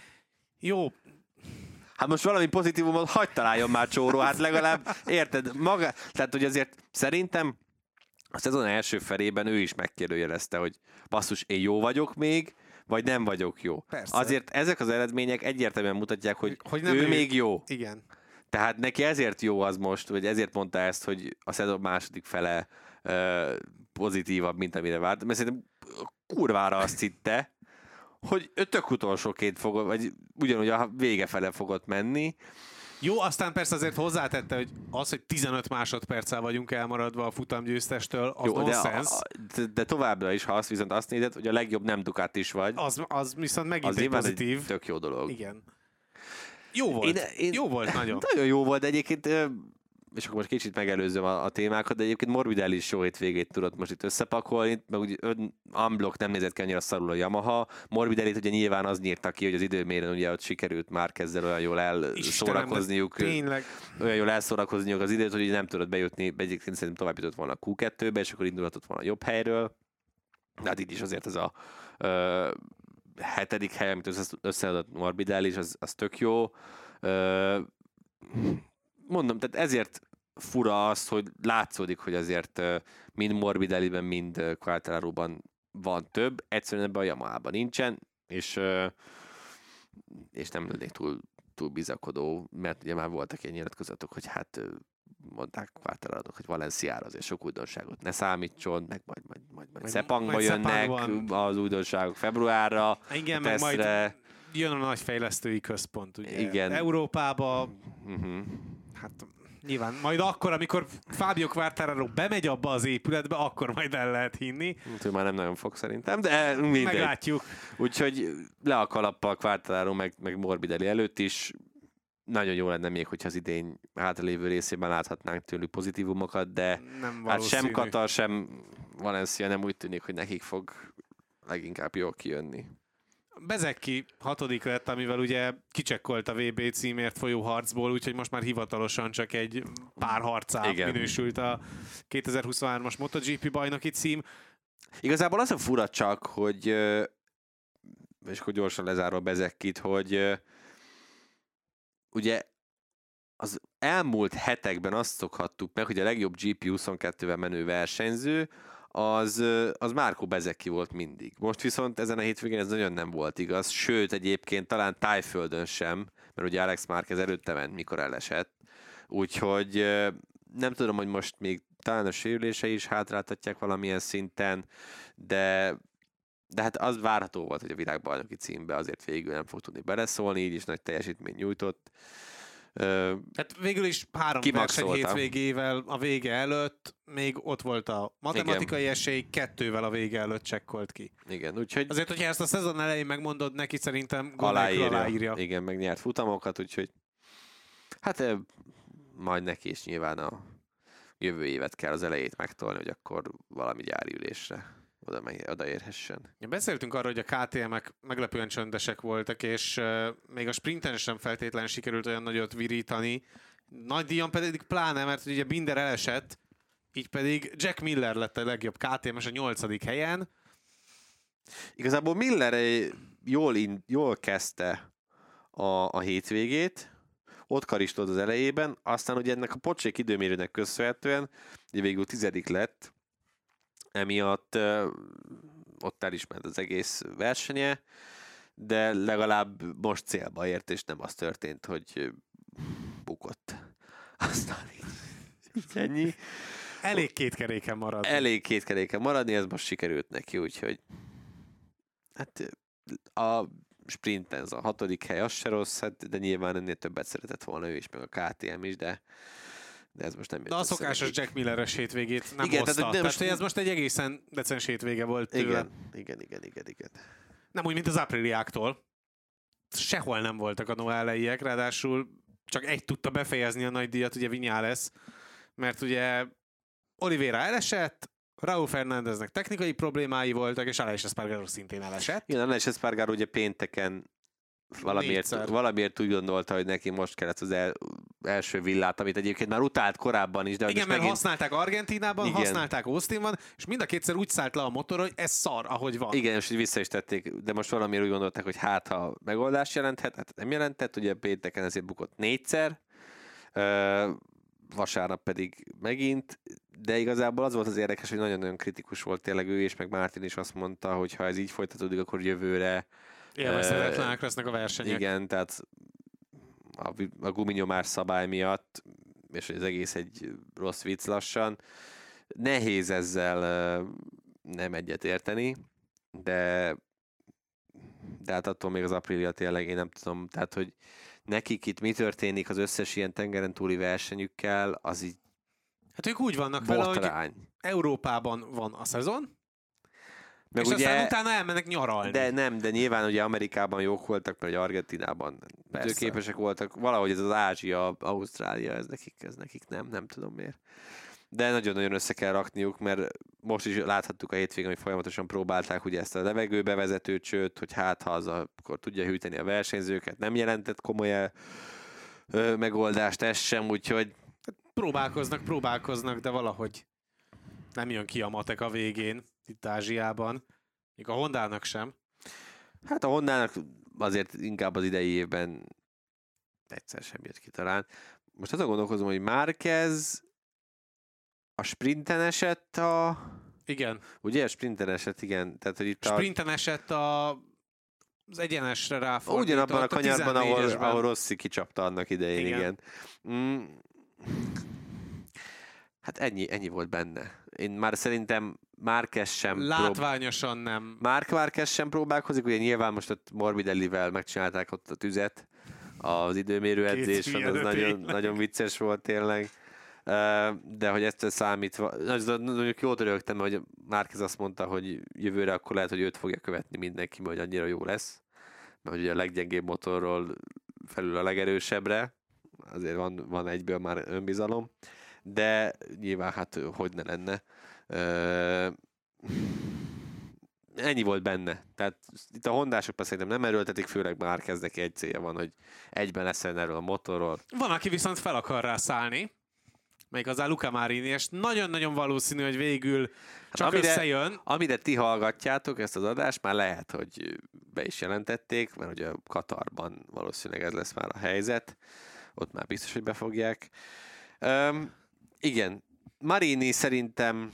Jó. Hát most valami pozitívumot hagyd találjon már Csóró, hát legalább érted, maga... Tehát, hogy azért szerintem a szezon első felében ő is megkérdőjelezte, hogy basszus, én jó vagyok még, vagy nem vagyok jó. Persze. Azért ezek az eredmények egyértelműen mutatják, hogy, hogy ő, ő még jó. Igen. Tehát neki ezért jó az most, vagy ezért mondta ezt, hogy a szezon második fele uh, pozitívabb, mint amire várt. Mert szerintem kurvára azt hitte, hogy ő tök utolsóként fog, vagy ugyanúgy a vége fele fogott menni, Jó, aztán persze azért hozzátette, hogy az, hogy tizenöt másodperccel vagyunk elmaradva a futamgyőztestől, az Jó, nonsens. De, de továbbra is, ha azt viszont azt nézed, hogy a legjobb nem Ducati is vagy, Az, az viszont megint az egy nyilván pozitív. egy tök jó dolog. Igen. Jó volt. Én, én, jó volt nagyon. Nagyon jó volt, de egyébként, és akkor most kicsit megelőzöm a, a témákat, de egyébként Morbidelli is jó hétvégét tudott most itt összepakolni, meg úgy unblock nem nézett ki annyira szarul a Yamaha. Morbidellit ugye nyilván az nyírta ki, hogy az időmérőn ugye ott sikerült már ezzel olyan jól elszórakozniuk, tényleg. olyan jól elszórakozniuk az időt, hogy nem tudott bejutni, egyébként szerintem tovább jutott volna a kú kettőbe, és akkor indulhatott volna jobb helyről. De hát itt is azért ez a ö, hetedik hely, amit összeadott Morbidelli, és az, az tök jó. Ö, mondom, tehát ezért fura az, hogy látszódik, hogy azért mind Morbidelliben, mind Quartararoban van több, egyszerűen ebben a Yamahában nincsen, és, és nem lennék túl, túl bizakodó, mert ugye már voltak ilyen nyilatkozatok, hogy hát mondták Quartararónak, hogy Valenciára azért sok újdonságot ne számítson, meg majd, majd, majd, majd Sepangba majd jönnek Sepangban. Az újdonságok februárra. Igen, meg majd jön a nagy fejlesztői központ, ugye? Igen. Európába. Uh-huh. Hát nyilván majd akkor, amikor Fábio Quartararo bemegy abba az épületbe, akkor majd el lehet hinni. Úgyhogy már nem nagyon fog szerintem, de mindegy. Meglátjuk. Úgyhogy le a kalappal Quartararo, meg, meg Morbidelli előtt is. Nagyon jó lenne még, hogyha az idény hátralévő részében láthatnánk tőlük pozitívumokat, de hát sem Katar, sem Valencia nem úgy tűnik, hogy nekik fog leginkább jól kijönni. Bezeki hatodik lett, amivel ugye kicsekkolt a vé bé címért folyó harcból, úgyhogy most már hivatalosan csak egy pár harcá minősült a kétezer-huszonhármas MotoGP bajnoki cím. Igazából az a fura csak, hogy és akkor gyorsan lezárom Bezekit, hogy ugye az elmúlt hetekben azt szokhattuk meg, hogy a legjobb gé pé huszonkettővel menő versenyző az, az Marco Bezzecchi volt mindig. Most viszont ezen a hétvégén ez nagyon nem volt igaz, sőt egyébként talán Tájföldön sem, mert ugye Alex Márquez előtte ment, mikor elesett. Úgyhogy nem tudom, hogy most még talán a sérülései is hátráltatják valamilyen szinten, de de hát az várható volt, hogy a világbajnoki címbe azért végül nem fog tudni beleszólni, így is nagy teljesítmény nyújtott. Hát végül is három verseny hétvégével a vége előtt, még ott volt a matematikai igen. esély, kettővel a vége előtt csekkolt ki. Igen, úgyhogy... Azért, hogyha ezt a szezon elején megmondod neki, szerintem aláírja. aláírja. Igen, meg nyert futamokat, úgyhogy hát majd neki is nyilván a jövő évet kell az elejét megtolni, hogy akkor valami gyárülésre oda, odaérhessen. Ja, beszéltünk arról, hogy a ká té em-ek meglepően csöndesek voltak, és uh, még a sprinten sem feltétlenül sikerült olyan nagyot virítani. Nagy díjon pedig pláne, mert ugye Binder elesett, így pedig Jack Miller lett a legjobb ká té em-es a nyolcadik helyen. Igazából Miller jól, in, jól kezdte a, a hétvégét, ott karistott az elejében, aztán ugye ennek a pocsék időmérőnek köszönhetően, ugye végül tizedik lett, emiatt uh, ott elismert az egész versenye, de legalább most célba ért, és nem az történt, hogy bukott. Aztán így, így ennyi. Elég kétkeréken maradni. Elég kétkeréken maradni, ez most sikerült neki, úgyhogy hát a sprinten ez a hatodik hely, az se rossz, hát, de nyilván ennél többet szeretett volna ő is, meg a ká té em is, de de ez most nem de a szokásos neki. Jack Milleres hétvégét nem igen, hozta. Tehát, tehát most... ez most egy egészen decens hétvége volt tőle. Igen, igen, igen, igen, igen. Nem úgy, mint az Apriliáktól. Sehol nem voltak a noelleiek, ráadásul csak egy tudta befejezni a nagy díjat, ugye Viñales, mert ugye Oliveira elesett, Raúl Fernándeznek technikai problémái voltak, és Aleix Espargaró szintén elesett. Igen, Aleix Espargaró ugye pénteken Valamiért, valamiért úgy gondolta, hogy neki most kellett az el, első villát, amit egyébként már utált korábban is. De igen, mert megint... használták Argentínában, igen. használták Austinban, és mind a kétszer úgy szállt le a motor, hogy ez szar, ahogy van. Igen, és vissza is tették, de most valamiért úgy gondolták, hogy hát, ha megoldást jelenthet, hát nem jelentett, ugye pénteken ezért bukott négyszer, vasárnap pedig megint, de igazából az volt az érdekes, hogy nagyon-nagyon kritikus volt tényleg ő, és meg Martin is azt mondta, hogy ha ez így folytatódik, akkor jövőre élvezhetetlenek lesznek a versenyek. Igen, tehát a, a guminyomás szabály miatt, és az egész egy rossz vicc lassan, nehéz ezzel nem egyet érteni, de de hát attól még az Aprilia tényleg én nem tudom, tehát hogy nekik itt mi történik az összes ilyen tengeren túli versenyükkel, az így Hát ők úgy vannak vele, botrány. hogy Európában van a szezon, Meg és ugye, aztán utána elmennek nyaralni. de nem, de nyilván ugye Amerikában jók voltak, mert ugye Argentinában képesek voltak. Valahogy ez az Ázsia, Ausztrália, ez nekik, ez nekik nem, nem tudom miért. De nagyon-nagyon össze kell rakniuk, mert most is láthattuk a hétvégén, hogy folyamatosan próbálták ugye ezt a levegőbevezető csőt, hogy hát ha az akkor tudja hűteni a versenyzőket. Nem jelentett komoly ö, megoldást ez sem, úgyhogy Próbálkoznak, próbálkoznak, de valahogy nem jön ki a matek a végén itt Ázsiában. Még a Hondának sem. hát a Hondának azért inkább az idei évben egyszer sem jött ki talán. Most azon gondolkozom, hogy Márquez a sprinten esett a... Igen. Ugye a sprinten esett, igen. Tehát, hogy itt a... Sprinten esett a... az egyenesre ráfordított. Ugyanabban a kanyarban, ahol, tizennégyesben. ahol Rossi kicsapta annak idején, igen. Igen. igen. Mm. Hát ennyi, ennyi volt benne. Én már szerintem Márquez sem... Látványosan nem. Márk Márquez sem próbálkozik, ugye nyilván most ott Morbidellivel megcsinálták ott a tüzet az időmérő edzésen, az nagyon, nagyon vicces volt tényleg. De hogy ezt számítva, mondjuk jól rögtem, hogy Márquez azt mondta, hogy jövőre akkor lehet, hogy őt fogja követni mindenki, mert hogy annyira jó lesz. Mert ugye a leggyengébb motorról felül a legerősebbre, azért van, van egyből már önbizalom, de nyilván hát hogy ne lenne. Ennyi volt benne. Tehát itt a hondásokban szerintem nem erőltetik, főleg Márqueznek egy célja van, hogy egyben leszen erről a motorról. Van, aki viszont fel akar rá szállni, méghozzá Luca Marini, és nagyon-nagyon valószínű, hogy végül csak amire, összejön. Amire ti hallgatjátok ezt az adást, már lehet, hogy be is jelentették, mert ugye Katarban valószínűleg ez lesz már a helyzet. Ott már biztos, hogy befogják. Um, igen, Marini szerintem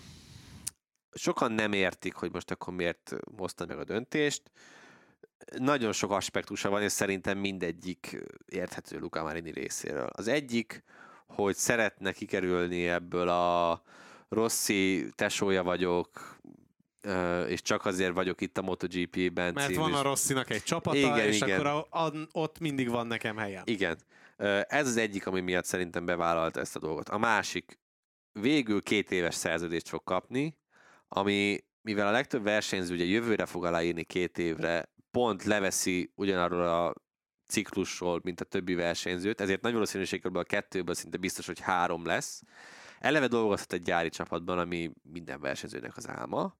sokan nem értik, hogy most akkor miért hozta meg a döntést. Nagyon sok aspektusa van, és szerintem mindegyik érthető Luca Marini részéről. Az egyik, hogy szeretne kikerülni ebből a Rossi tesója vagyok, és csak azért vagyok itt a MotoGP-ben. Mert van a Rossinak egy csapata, igen, és igen. akkor a, a, ott mindig van nekem helyem. Igen. Ez az egyik, ami miatt szerintem bevállalta ezt a dolgot. A másik, végül két éves szerződést fog kapni, ami, mivel a legtöbb versenyző ugye jövőre fog aláírni két évre, pont leveszi ugyanarról a ciklusról, mint a többi versenyzőt, ezért nagy valószínűséggel a kettőből szinte biztos, hogy három lesz. Eleve dolgozhat egy gyári csapatban, ami minden versenyzőnek az álma.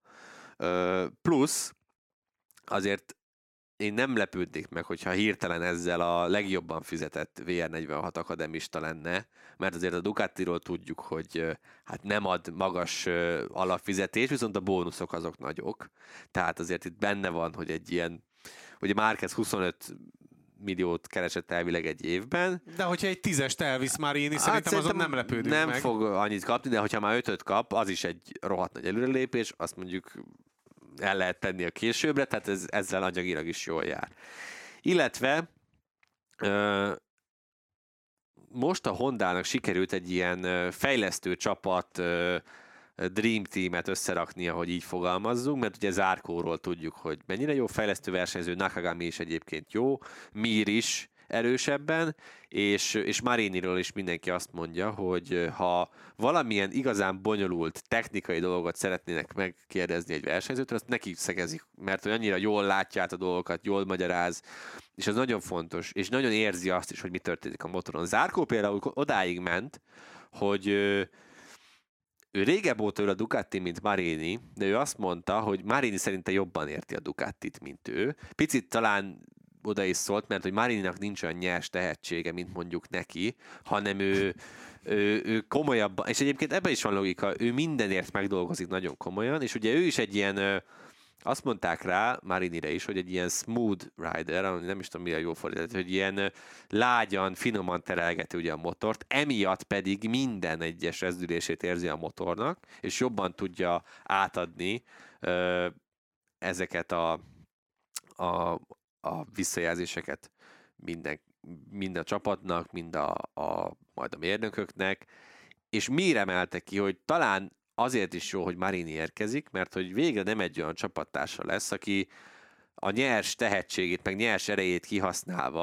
Plusz azért én nem lepődnék meg, hogyha hirtelen ezzel a legjobban fizetett vé er negyvenhat akademista lenne, mert azért a Ducatiról tudjuk, hogy hát nem ad magas alapfizetés, viszont a bónuszok azok nagyok. Tehát azért itt benne van, hogy egy ilyen, ugye Márquez huszonöt milliót keresett elvileg egy évben. De hogyha egy tízest elvisz Marini, hát szerintem azon nem lepődünk nem meg. Nem fog annyit kapni, de hogyha már ötöt kap, az is egy rohadt nagy előrelépés, azt mondjuk el lehet tenni a későbbre, tehát ez, ezzel anyagilag is jól jár. Illetve ö, most a Hondának sikerült egy ilyen fejlesztő csapat, ö, Dream Team-et összeraknia, hogy így fogalmazzunk, mert ugye Zarcóról tudjuk, hogy mennyire jó fejlesztő versenyző, Nakagami is egyébként jó, Mir is erősebben, és, és Mariniről is mindenki azt mondja, hogy ha valamilyen igazán bonyolult technikai dolgot szeretnének megkérdezni egy versenyzőtől, azt neki szegezik, mert hogy annyira jól látja át a dolgokat, jól magyaráz, és az nagyon fontos, és nagyon érzi azt is, hogy mi történik a motoron. Zarco például odáig ment, hogy ő régebb óta ő a Ducati, mint Marini, de ő azt mondta, hogy Marini szerinte jobban érti a Ducatit, mint ő. Picit talán oda is szólt, mert hogy Marininak nincs olyan nyers tehetsége, mint mondjuk neki, hanem ő, ő, ő komolyabban, és egyébként ebben is van logika, ő mindenért megdolgozik nagyon komolyan, és ugye ő is egy ilyen, azt mondták rá, Marinire is, hogy egy ilyen smooth rider, nem is tudom mi a jó fordítás, hogy ilyen lágyan, finoman terelgeti ugye a motort, emiatt pedig minden egyes rezdülését érzi a motornak, és jobban tudja átadni ö, ezeket a, a, a visszajelzéseket minden, mind a csapatnak, mind a, a, majd a mérnököknek, és mire emelte ki, hogy talán azért is jó, hogy Marini érkezik, mert hogy végre nem egy olyan csapattársa lesz, aki a nyers tehetségét, meg nyers erejét kihasználva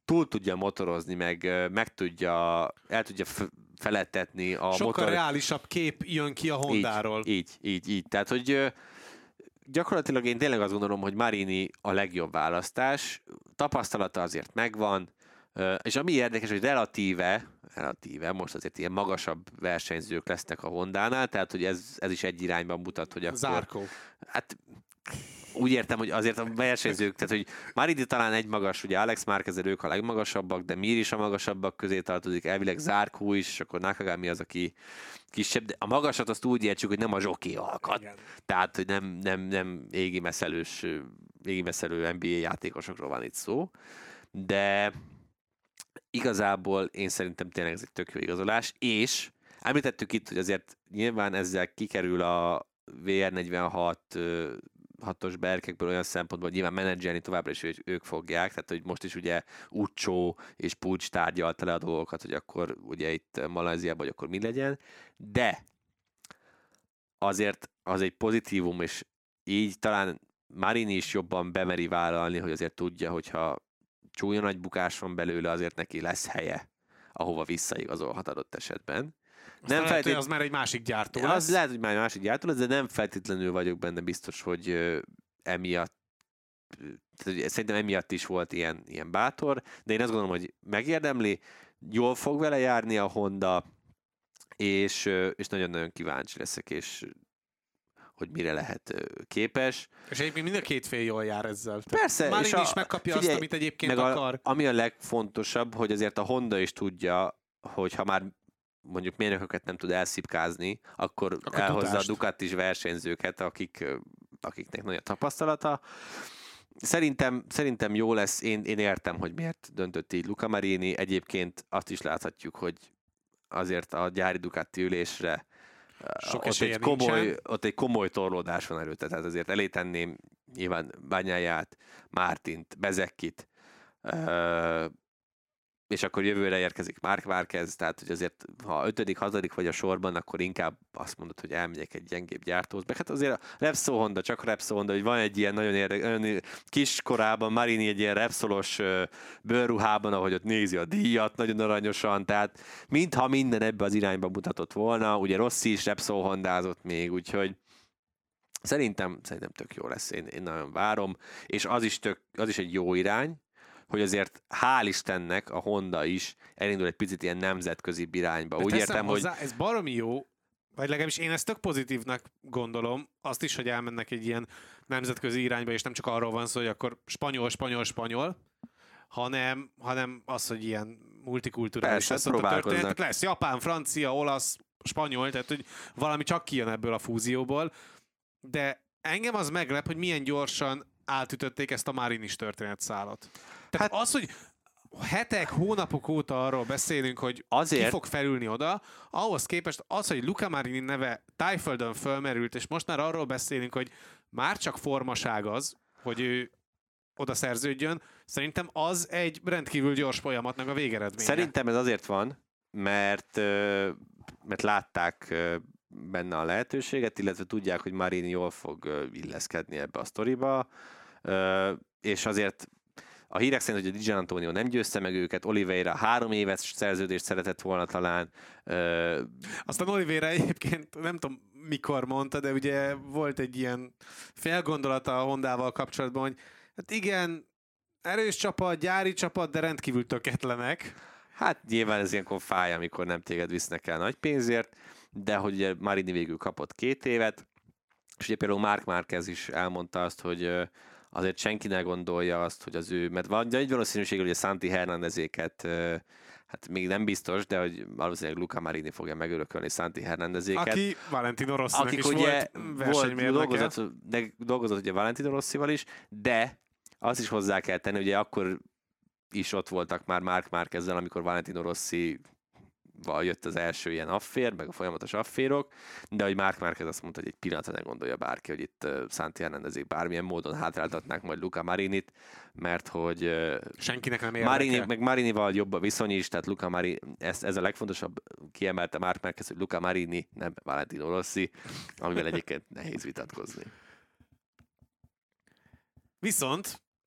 túl tudja motorozni, meg, meg tudja, el tudja felettetni a Sokkal motor... reálisabb kép jön ki a Hondáról. Így, így, így, így. Tehát, hogy gyakorlatilag én tényleg azt gondolom, hogy Marini a legjobb választás. Tapasztalata azért megvan, és ami érdekes, hogy relatíve, relatíve most azért ilyen magasabb versenyzők lesznek a Hondánál, tehát hogy ez, ez is egy irányban mutat, hogy akkor... Zárkó. Hát úgy értem, hogy azért a versenyzők, tehát hogy Marini talán egy magas, ugye Alex Márquez, ők a legmagasabbak, de Mir is a magasabbak közé tartozik, elvileg Zarco is, és akkor Nakagami az, aki kisebb, de a magasat azt úgy értsük, hogy nem a zsoké alkat. Igen. Tehát, hogy nem, nem, nem égi messzelős, égi messzelő en bé á játékosokról van itt szó, de igazából én szerintem tényleg ez egy tök jó igazolás, és említettük itt, hogy azért nyilván ezzel kikerül a vé er negyvenhat hatos berkekből olyan szempontból, hogy nyilván menedzselni továbbra is hogy ők fogják, tehát hogy most is ugye Ucsó és Pucs tárgyalta le a dolgokat, hogy akkor ugye itt Malajziában, hogy akkor mi legyen, de azért az egy pozitívum, és így talán Marini is jobban bemeri vállalni, hogy azért tudja, hogyha csúnya nagy bukás van belőle, azért neki lesz helye, ahova visszaigazolhat adott esetben. Nem lehet, feltét... az már egy másik gyártó lesz. Az lehet, hogy már egy másik gyártó lesz, de nem feltétlenül vagyok benne biztos, hogy uh, emiatt, tehát, szerintem emiatt is volt ilyen, ilyen bátor, de én azt gondolom, hogy megérdemli, jól fog vele járni a Honda, és, uh, és nagyon-nagyon kíváncsi leszek, és hogy mire lehet uh, képes. És egyébként mind a két fél jól jár ezzel. Persze. Marini és a, is megkapja figyelj, azt, amit egyébként akar. A, ami a legfontosabb, hogy azért a Honda is tudja, hogy ha már mondjuk mérnököket nem tud elszipkázni, akkor, akkor elhozza tudást. A Ducatis versenyzőket, akik, akiknek nagy a tapasztalata. Szerintem, szerintem jó lesz, én, én értem, hogy miért döntött így Luca Marini. Egyébként azt is láthatjuk, hogy azért a gyári Ducati ülésre Sok ott, egy komoly, ott egy komoly torlódás van előtte, tehát azért elé tenném nyilván Bagnaia-t, Mártint, Bezekkit, és akkor jövőre érkezik Marc Márquez, tehát hogy azért, ha ötödik, hatodik vagy a sorban, akkor inkább azt mondod, hogy elmegyek egy gyengébb gyártóhoz. Meg hát azért a Repsol Honda, csak a Repsol Honda, hogy van egy ilyen nagyon érdekes, kis korában Marini egy ilyen Repsolos bőrruhában, ahogy ott nézi a díjat, nagyon aranyosan, tehát mintha minden ebbe az irányba mutatott volna, ugye Rossi is Repsol Hondázott még, úgyhogy szerintem, szerintem tök jó lesz, én, én nagyon várom, és az is, tök, az is egy jó irány, hogy azért hál' Istennek a Honda is elindul egy picit ilyen nemzetközi irányba. De úgy értem, hozzá, hogy... ez baromi jó, vagy legalábbis én ezt tök pozitívnak gondolom, azt is, hogy elmennek egy ilyen nemzetközi irányba, és nem csak arról van szó, hogy akkor spanyol, spanyol, spanyol, hanem, hanem az, hogy ilyen multikulturális lesz a történet. Lesz japán, francia, olasz, spanyol, tehát hogy valami csak kijön ebből a fúzióból, de engem az meglep, hogy milyen gyorsan átütötték ezt a Marinis történetszálat. Tehát hát, az, hogy hetek, hónapok óta arról beszélünk, hogy azért ki fog felülni oda, ahhoz képest az, hogy Luca Marini neve Tájföldön fölmerült, és most már arról beszélünk, hogy már csak formaság az, hogy ő oda szerződjön, szerintem az egy rendkívül gyors folyamatnak a végeredménye. Szerintem ez azért van, mert, mert látták benne a lehetőséget, illetve tudják, hogy Marini jól fog illeszkedni ebbe a sztoriba, és azért a hírek szerint, hogy a Di Giannantonio nem győzte meg őket, Oliveira három éves szerződést szeretett volna talán. Aztán Oliveira egyébként nem tudom mikor mondta, de ugye volt egy ilyen félgondolata a Hondával kapcsolatban, hogy hát igen, erős csapat, gyári csapat, de rendkívül töketlenek. Hát nyilván ez ilyenkor fáj, amikor nem téged visznek el nagy pénzért, de hogy ugye Marini végül kapott két évet, és ugye például Marc Márquez is elmondta azt, hogy azért senki ne gondolja azt, hogy az ő, mert van egy valószínűség, hogy a Santi Hernándezéket, hát még nem biztos, de hogy valószínűleg Luca Marini fogja megörökölni Santi Hernándezéket. Aki Valentino Rossinak is ugye volt versenymérnöke. Dolgozott, de dolgozott ugye Valentino Rossival is, de azt is hozzá kell tenni, ugye akkor is ott voltak már Marc Márquezzel, amikor Valentino Rossi jött az első ilyen affér, meg a folyamatos afférok, de hogy Marc Márquez azt mondta, hogy egy pillanatra ne gondolja bárki, hogy itt uh, Santi Hernándezék bármilyen módon hátráltatnák majd Luca Marinit, mert hogy uh, senkinek nem érdeke. Marini, meg Marinival jobb a viszony is, tehát Luca Marini, ez, ez a legfontosabb, kiemelte Marc Márquez, hogy Luca Marini, nem Valentino Rossi, amivel egyébként nehéz vitatkozni. Viszont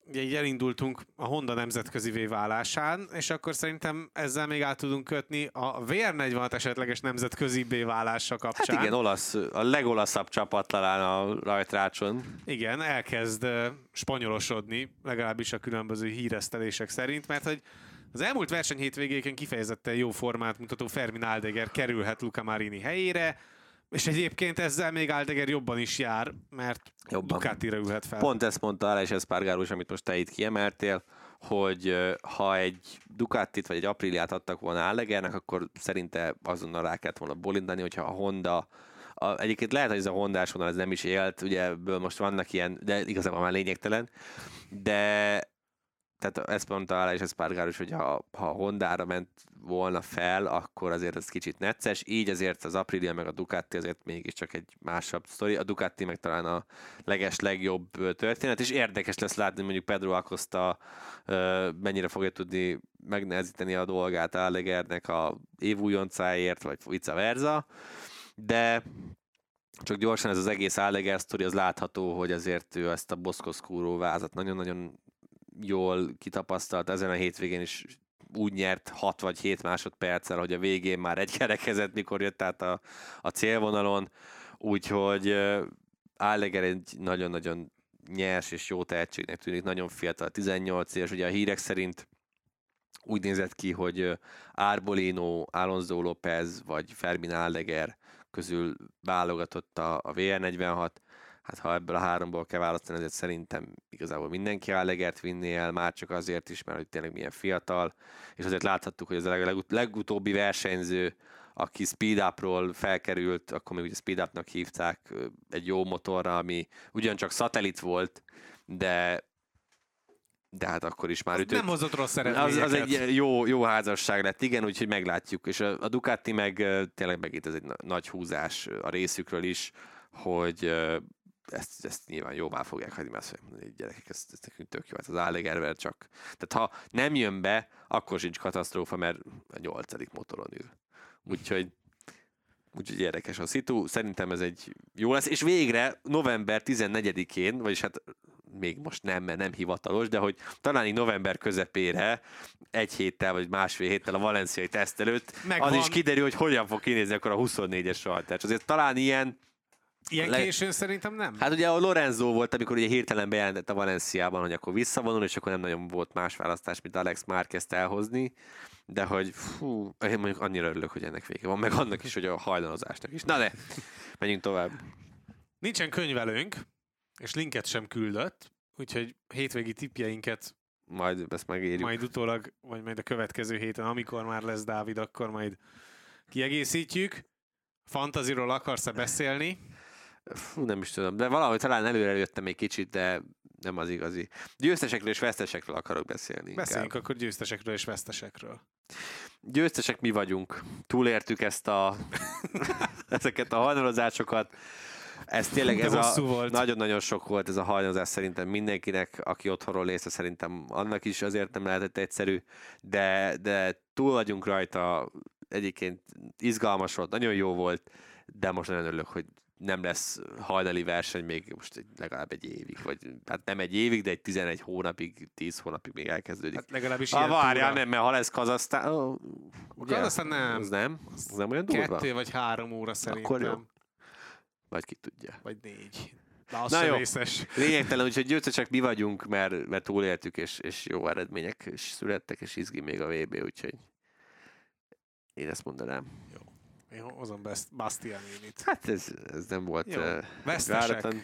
ugye így elindultunk a Honda nemzetközivé válásán, és akkor szerintem ezzel még át tudunk kötni a vé er negyvenhat esetleges nemzetközibbé válása kapcsán. Hát igen, olasz, a legolaszabb csapat talán a rajtrácson. Igen, elkezd uh, spanyolosodni, legalábbis a különböző híresztelések szerint, mert hogy az elmúlt verseny hétvégéken kifejezetten jó formát mutató Fermin Aldeguer kerülhet Luca Marini helyére, és egyébként ezzel még Aldeguer jobban is jár, mert jobban. Ducatira ülhet fel. Pont ezt mondta Aleix Espargaró is, amit most te itt kiemeltél, hogy ha egy Ducatit vagy egy Apriliát adtak volna Aldeguernek, akkor szerinte azonnal rá kellett volna bolindani, hogyha a Honda, a, egyébként lehet, hogy ez a Hondás vonal ez nem is élt, ugye ebből most vannak ilyen, de igazából már lényegtelen, de tehát ezt mondta Aleix Espargaró is, hogy ha, ha Hondára ment volna fel, akkor azért ez kicsit necces, így azért az Aprilia meg a Ducati azért mégiscsak egy másabb sztori, a Ducati meg talán a leges legjobb történet, és érdekes lesz látni, mondjuk Pedro Acosta mennyire fogja tudni megnehezíteni a dolgát Aldeguernek a évújoncáért, vagy vice versa, de csak gyorsan ez az egész Aldeguer sztori, az látható, hogy azért ő ezt a Boszkoszkúró vázat nagyon-nagyon jól kitapasztalt, ezen a hétvégén is úgy nyert hat vagy hét másodperccel, hogy a végén már egy kerekezett, mikor jött át a, a célvonalon, úgyhogy uh, Aldeguer egy nagyon-nagyon nyers és jó tehetségnek tűnik, nagyon fiatal, tizennyolc éves, ugye a hírek szerint úgy nézett ki, hogy uh, Arbolino, Alonso López vagy Fermin Aldeguer közül válogatott a, a vé er negyvenhat. Hát ha ebből a háromból kell választani, ezért szerintem igazából mindenki Aldeguert vinné el, már csak azért is, mert hogy tényleg milyen fiatal, és azért láthattuk, hogy ez a legut- legutóbbi versenyző, aki Speed Up-ról felkerült, akkor még ugye Speed Up-nak hívták egy jó motorra, ami ugyancsak szatellit volt, de de hát akkor is már ütött. Nem hozott rossz eredményeket. Az, az egy jó, jó házasság lett, igen, úgyhogy meglátjuk. És a, a Ducati meg tényleg megint ez egy nagy húzás a részükről is, hogy ezt, ezt nyilván jóvá fogják hagyni, mert gyerekek, ez, ez nekünk tök jó, hát az Aldeguervel csak. Tehát ha nem jön be, akkor sincs katasztrófa, mert a nyolcadik motoron ül. Úgyhogy, úgyhogy érdekes a szitu. Szerintem ez egy jó lesz, és végre november tizennegyedikén, vagyis hát még most nem, mert nem hivatalos, de hogy talán így november közepére, egy héttel vagy másfél héttel a valenciai teszt előtt, Megvan. Az is kiderül, hogy hogyan fog kinézni akkor a huszonnégyes rajtrács. Azért talán ilyen Ilyen le... későn szerintem nem. Hát ugye a Lorenzo volt, amikor ugye hirtelen bejelentett a Valenciában, hogy akkor visszavonul, és akkor nem nagyon volt más választás, mint Alex Márquezt elhozni, de hogy fú, én mondjuk annyira örülök, hogy ennek vége van, meg annak is, hogy a hajlanozásnak is. Na de, menjünk tovább. Nincsen könyvelőnk, és linket sem küldött, úgyhogy hétvégi tippjeinket majd ezt megírjuk. Majd utólag, vagy majd a következő héten, amikor már lesz Dávid, akkor majd kiegészítjük. Fantaziról akarsz-e beszélni? Fú, nem is tudom, de valahogy talán előre jöttem egy kicsit, de nem az igazi. Győztesekről és vesztesekről akarok beszélni. Beszéljünk inkább. Akkor győztesekről és vesztesekről. Győztesek mi vagyunk. Túlértük ezt a ezeket a hajnalozásokat. Ez tényleg ez a, nagyon-nagyon sok volt ez a hajnalozás szerintem mindenkinek, aki otthonról nézte, szerintem annak is azért nem lehetett egyszerű, de, de túl vagyunk rajta, egyébként izgalmas volt, nagyon jó volt, de most nagyon örülök, hogy nem lesz hajnali verseny még most egy, legalább egy évig, vagy hát nem egy évig, de egy tizenegy hónapig, tíz hónapig még elkezdődik. Hát legalábbis ah, várjál, nem, mert ha lesz Kazahsztán... Oh, Kazahsztán nem. Az nem? Az nem olyan durva? Kettő vagy három óra szerintem. Akkor jó. Vagy ki tudja. Vagy négy. De az Na jó, részes. Lényegtelen, úgyhogy győztesek mi vagyunk, mert, mert túléltük, és, és jó eredmények is születtek, és izgi még a vé bé, úgyhogy én ezt mondanám. Jó. Én hozom Bastianinit. Hát ez, ez nem volt uh, váratlan.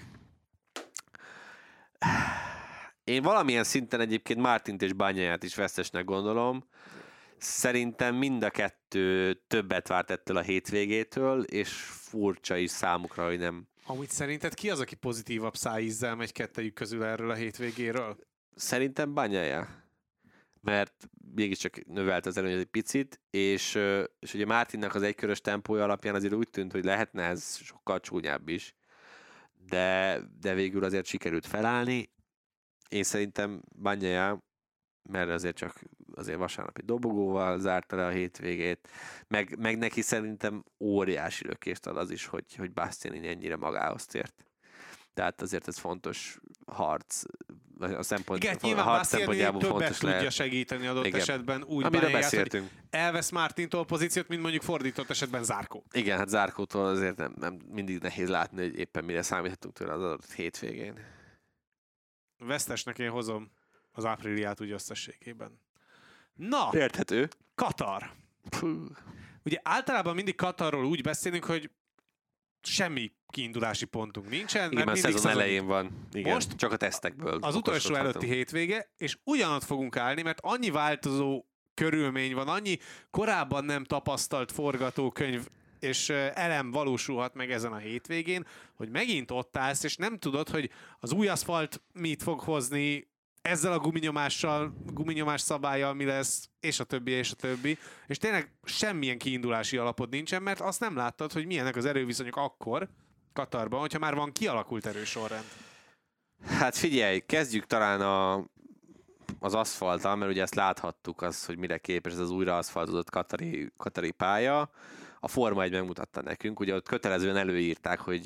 Én valamilyen szinten egyébként Martint és Bagnaia-t is vesztesnek gondolom. Szerintem mind a kettő többet várt ettől a hétvégétől, és furcsa is számukra, hogy nem. Amúgy szerinted ki az, aki pozitívabb szájízzel megy kettejük közül erről a hétvégéről? Szerintem Bagnaia. Mert mégiscsak növelt az előnyöt egy picit, és, és ugye Martinnak az egykörös tempója alapján azért úgy tűnt, hogy lehetne ez sokkal csúnyább is, de, de végül azért sikerült felállni. Én szerintem Bagnaia, mert azért csak azért vasárnapi dobogóval zárta le a hétvégét, meg, meg neki szerintem óriási lökést ad az is, hogy, hogy Bastianini ennyire magához tért. Tehát azért ez fontos harc. A szempont, Igen, a nyilván harc Bastianini szempontjából többet fontos tudja lehet. segíteni adott Igen. esetben úgy Amire Bagnaia-t, beszéltünk. hogy elvesz Martintól pozíciót, mint mondjuk fordított esetben Zarco. Igen, hát Zarcótól azért nem, nem mindig nehéz látni, hogy éppen mire számíthatunk tőle az adott hétvégén. Vesztesnek én hozom az ápriliát úgy összességében. Na, Érthető. Katar. Puh. Ugye általában mindig Katarról úgy beszélünk, hogy semmi kiindulási pontunk nincsen. Igen, mert a mindig szezon elején van. Igen, Most csak a tesztekből. az utolsó előtti hétvége, és ugyanott fogunk állni, mert annyi változó körülmény van, annyi korábban nem tapasztalt forgatókönyv és elem valósulhat meg ezen a hétvégén, hogy megint ott állsz, és nem tudod, hogy az új aszfalt mit fog hozni, ezzel a guminyomással, guminyomás szabállyal mi lesz, és a többi, és a többi. És tényleg semmilyen kiindulási alapod nincsen, mert azt nem láttad, hogy milyenek az erőviszonyok akkor, Katarban, hogyha már van kialakult erősorrend. Hát figyelj, kezdjük talán a, az aszfalttal, mert ugye ezt láthattuk, az, hogy mire képes ez az újra aszfaltozott katari, katari pálya. A Forma egy megmutatta nekünk, ugye ott kötelezően előírták, hogy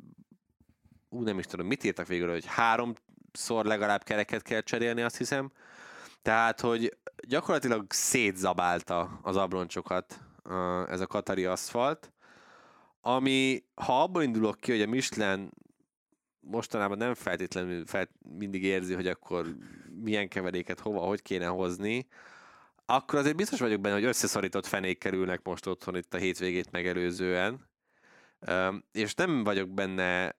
ú, nem is tudom, mit írtak végül, hogy háromszor legalább kereket kell cserélni, azt hiszem. Tehát, hogy gyakorlatilag szétzabálta az abroncsokat ez a katari aszfalt, ami, ha abból indulok ki, hogy a Michelin mostanában nem feltétlenül felt, mindig érzi, hogy akkor milyen keveréket hova, hogy kéne hozni, akkor azért biztos vagyok benne, hogy összeszorított fenék kerülnek most otthon itt a hétvégét megelőzően, és nem vagyok benne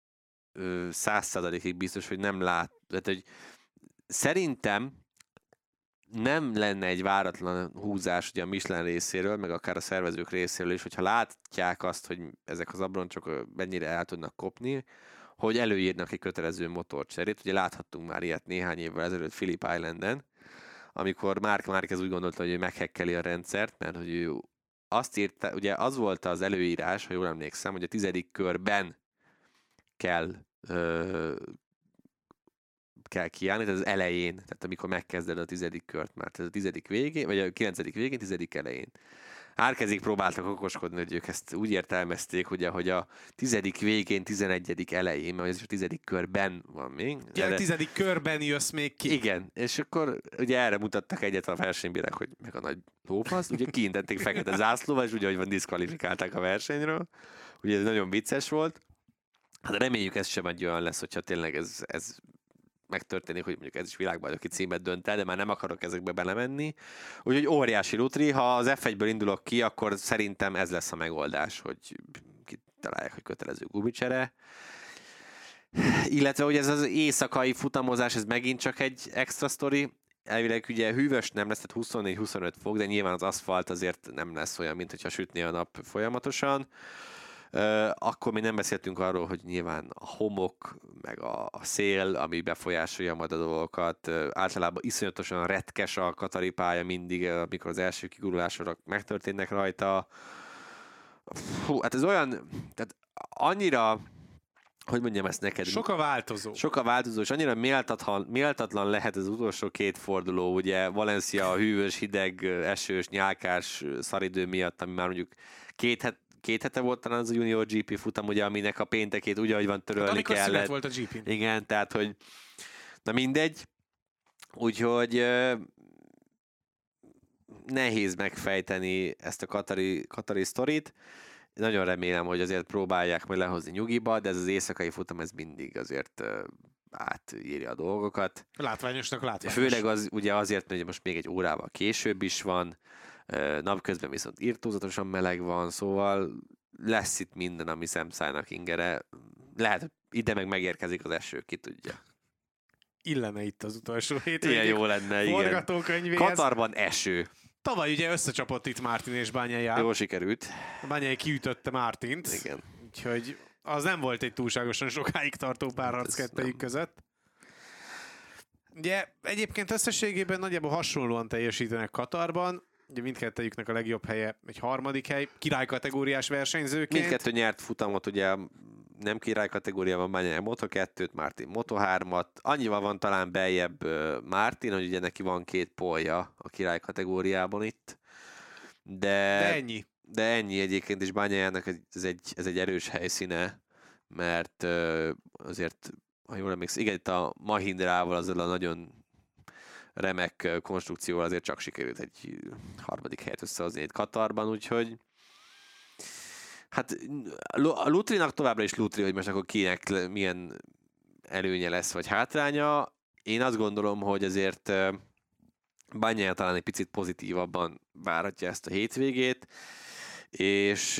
száz százalékig biztos, hogy nem lát, tehát, hogy szerintem nem lenne egy váratlan húzás ugye a Michelin részéről, meg akár a szervezők részéről is, hogyha látják azt, hogy ezek az abroncsok mennyire el tudnak kopni, hogy előírnak egy kötelező motorcserét. Ugye láthattunk már ilyet néhány évvel ezelőtt Phillip Islanden, amikor Marc Márquez úgy gondolta, hogy ő meghekkeli a rendszert, mert hogy ő azt írta, ugye az volt az előírás, ha jól emlékszem, hogy a tizedik körben kell ö, kell kiállni, tehát az elején, tehát amikor megkezded a tizedik kört már, tehát a tizedik végén, vagy a kilencedik végén, tizedik elején. Márquezig próbáltak okoskodni, hogy ők ezt úgy értelmezték, ugye, hogy a tizedik végén, tizenegyedik elején, mert ez is a tizedik körben van még. Ja, a tizedik körben jössz még ki. Igen, és akkor ugye erre mutattak egyet a versenybírák, hogy meg a nagy lófasz, ugye kiintették fekete zászlóval, és ugye, hogy van diszkvalifikálták a versenyről. Ugye ez nagyon vicces volt. Hát reméljük ez sem egy olyan lesz, hogyha tényleg ez, ez megtörténik, hogy mondjuk ez is világbajnoki címet dönt el, de már nem akarok ezekbe belemenni. Úgyhogy óriási lutri, ha az ef egyből indulok ki, akkor szerintem ez lesz a megoldás, hogy kitalálják, hogy kötelező gumicsere. Illetve, hogy ez az éjszakai futamozás, ez megint csak egy extra sztori. Elvileg ugye hűvös nem lesz, tehát huszonnégy-huszonöt fok, de nyilván az aszfalt azért nem lesz olyan, mint hogyha sütné a nap folyamatosan. Uh, akkor még nem beszéltünk arról, hogy nyilván a homok, meg a, a szél, ami befolyásolja majd a dolgokat. Uh, általában iszonyatosan retkes a katari pálya mindig, amikor az első kigurulások megtörténnek rajta. Hú, hát ez olyan, tehát annyira, hogy mondjam ezt neked? Sok a változó. Sok a változó, és annyira méltatlan, méltatlan lehet az utolsó két forduló, ugye Valencia hűvös, hideg, esős, nyálkás szaridő miatt, ami már mondjuk két het Két hete volt talán az a Junior gé pé futam, ugye, aminek a péntekét úgy, ahogy van, törölni hát, kellett. Amikor volt a gé pén. Igen, tehát, hogy na mindegy. Úgyhogy uh, nehéz megfejteni ezt a katari, katari sztorit. Nagyon remélem, hogy azért próbálják majd lehozni nyugiba, de ez az éjszakai futam, ez mindig azért uh, átírja a dolgokat. Látványosnak látványos. Főleg az, ugye azért, hogy most még egy órával később is van, napközben viszont irtózatosan meleg van, szóval lesz itt minden, ami szemszájnak ingere. Lehet, hogy ide meg megérkezik az eső, ki tudja. Illene itt az utolsó hét. Ilyen jó lenne, igen. Forgatókönyvéhez. Katarban eső. Tavaly ugye összecsapott itt Martin és Bagnaia. Jól sikerült. Bagnaia kiütötte Martint. Igen. Úgyhogy az nem volt egy túlságosan sokáig tartó párharc kettejük között. Ugye egyébként összességében nagyjából hasonlóan teljesítenek Katarban. Ugye mindkettőjüknek a legjobb helye egy harmadik hely, királykategóriás versenyzőként. Mindkettő nyert futamot, ugye nem királykategóriában Bagnaia moto kettőt, Martin moto hármat. Annyival van talán beljebb Martin, hogy ugye neki van két pólja a királykategóriában itt. De, de ennyi. De ennyi egyébként, és Bagnaiának ez egy, ez egy erős helyszíne, mert azért, ha jól emlékszem, igen, itt a Mahindrával azzal a nagyon remek konstrukcióval azért csak sikerült egy harmadik helyet összehozni itt Katarban, úgyhogy hát a Lutrinak továbbra is Lutri, hogy most akkor kinek milyen előnye lesz, vagy hátránya. Én azt gondolom, hogy azért Bagnaia talán egy picit pozitívabban várhatja ezt a hétvégét, és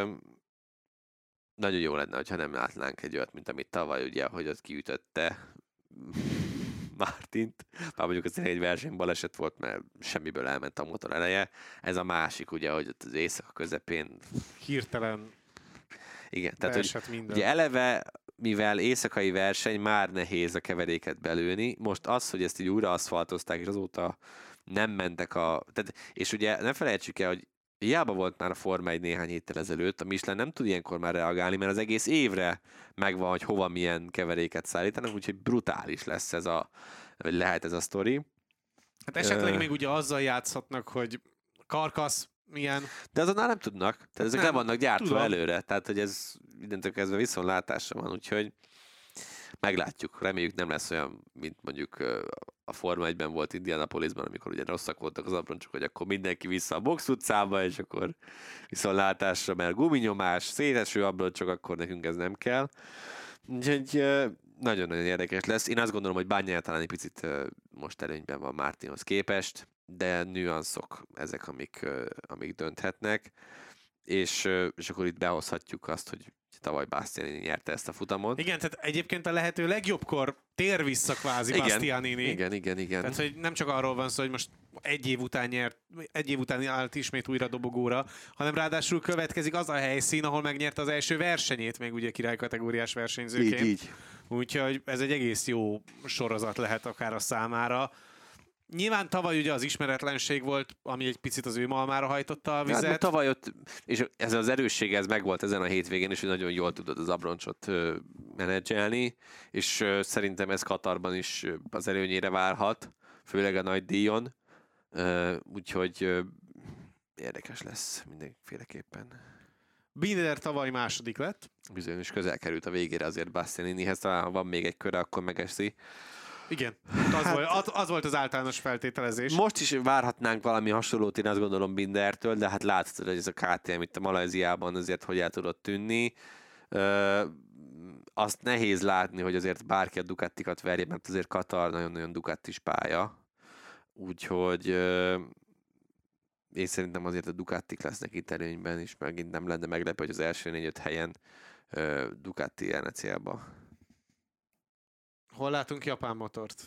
nagyon jó lenne, ha nem látnánk egy olyat, mint amit tavaly, ugye, hogy ott kiütötte Martint. Már mondjuk az egy verseny baleset volt, mert semmiből elment a motor eleje. Ez a másik, ugye, hogy ott az éjszaka közepén hirtelen igen, tehát hogy ugye eleve, mivel éjszakai verseny, már nehéz a keveréket belőni. Most az, hogy ezt így újra aszfaltozták, és azóta nem mentek a... Tehát, és ugye ne felejtsük el, hogy hiába volt már a Forma egy néhány héttel ezelőtt, a Michelin nem tud ilyenkor már reagálni, mert az egész évre megvan, hogy hova milyen keveréket szállítanak, úgyhogy brutális lesz ez a, vagy lehet ez a sztori. Hát esetleg uh, még ugye azzal játszhatnak, hogy karkasz milyen... De azonnal nem tudnak, tehát ezek nem, nem vannak gyártva tudom. előre, tehát hogy ez mindentől kezdve viszontlátásra van, úgyhogy meglátjuk. Reméljük nem lesz olyan, mint mondjuk a Forma egyben volt Indianapolisban, amikor ugye rosszak voltak az abroncsok, hogy akkor mindenki vissza a box utcába, és akkor viszontlátásra, mert guminyomás, széteső abroncsok, akkor nekünk ez nem kell. Úgyhogy nagyon-nagyon érdekes lesz. Én azt gondolom, hogy Bagnaia talán egy picit most előnyben van Martinhoz képest, de nüanszok ezek, amik, amik dönthetnek, és, és akkor itt behozhatjuk azt, hogy tavaly Bastianini nyerte ezt a futamot. Igen, tehát egyébként a lehető legjobbkor tér vissza kvázi igen, Bastianini. Igen, igen, igen. Tehát, hogy nem csak arról van szó, hogy most egy év után nyert, egy év után állt ismét újra dobogóra, hanem ráadásul következik az a helyszín, ahol megnyerte az első versenyét, még ugye királykategóriás versenyzőként. Így, így. Úgyhogy ez egy egész jó sorozat lehet akár a számára. Nyilván tavaly ugye az ismeretlenség volt, ami egy picit az ő malmára hajtotta a vizet. Hát, tavaly ott, és ez az erőssége, ez megvolt ezen a hétvégén, és hogy nagyon jól tudod az abroncsot ö, menedzselni, és ö, szerintem ez Katarban is az előnyére várhat, főleg a nagy díjon, ö, úgyhogy ö, érdekes lesz mindenféleképpen. Binder tavaly második lett. Bizonyos közel került a végére azért Bastianinihez, talán ha van még egy köre, akkor megeszi. Igen, az, hát, volt, az, az volt az általános feltételezés. Most is várhatnánk valami hasonlót, én azt gondolom Bindertől, de hát láthatod, hogy ez a ká té em itt a Malajziában azért hogy el tudott tűnni. Ö, azt nehéz látni, hogy azért bárki a Ducatikat verje, mert azért Katar nagyon-nagyon Ducatis pálya. Úgyhogy ö, én szerintem azért a Ducatik lesznek itt előnyben, és megint nem lenne meglepő, hogy az első négy-öt helyen ö, Ducati jelne célba. Hol látunk japán motort?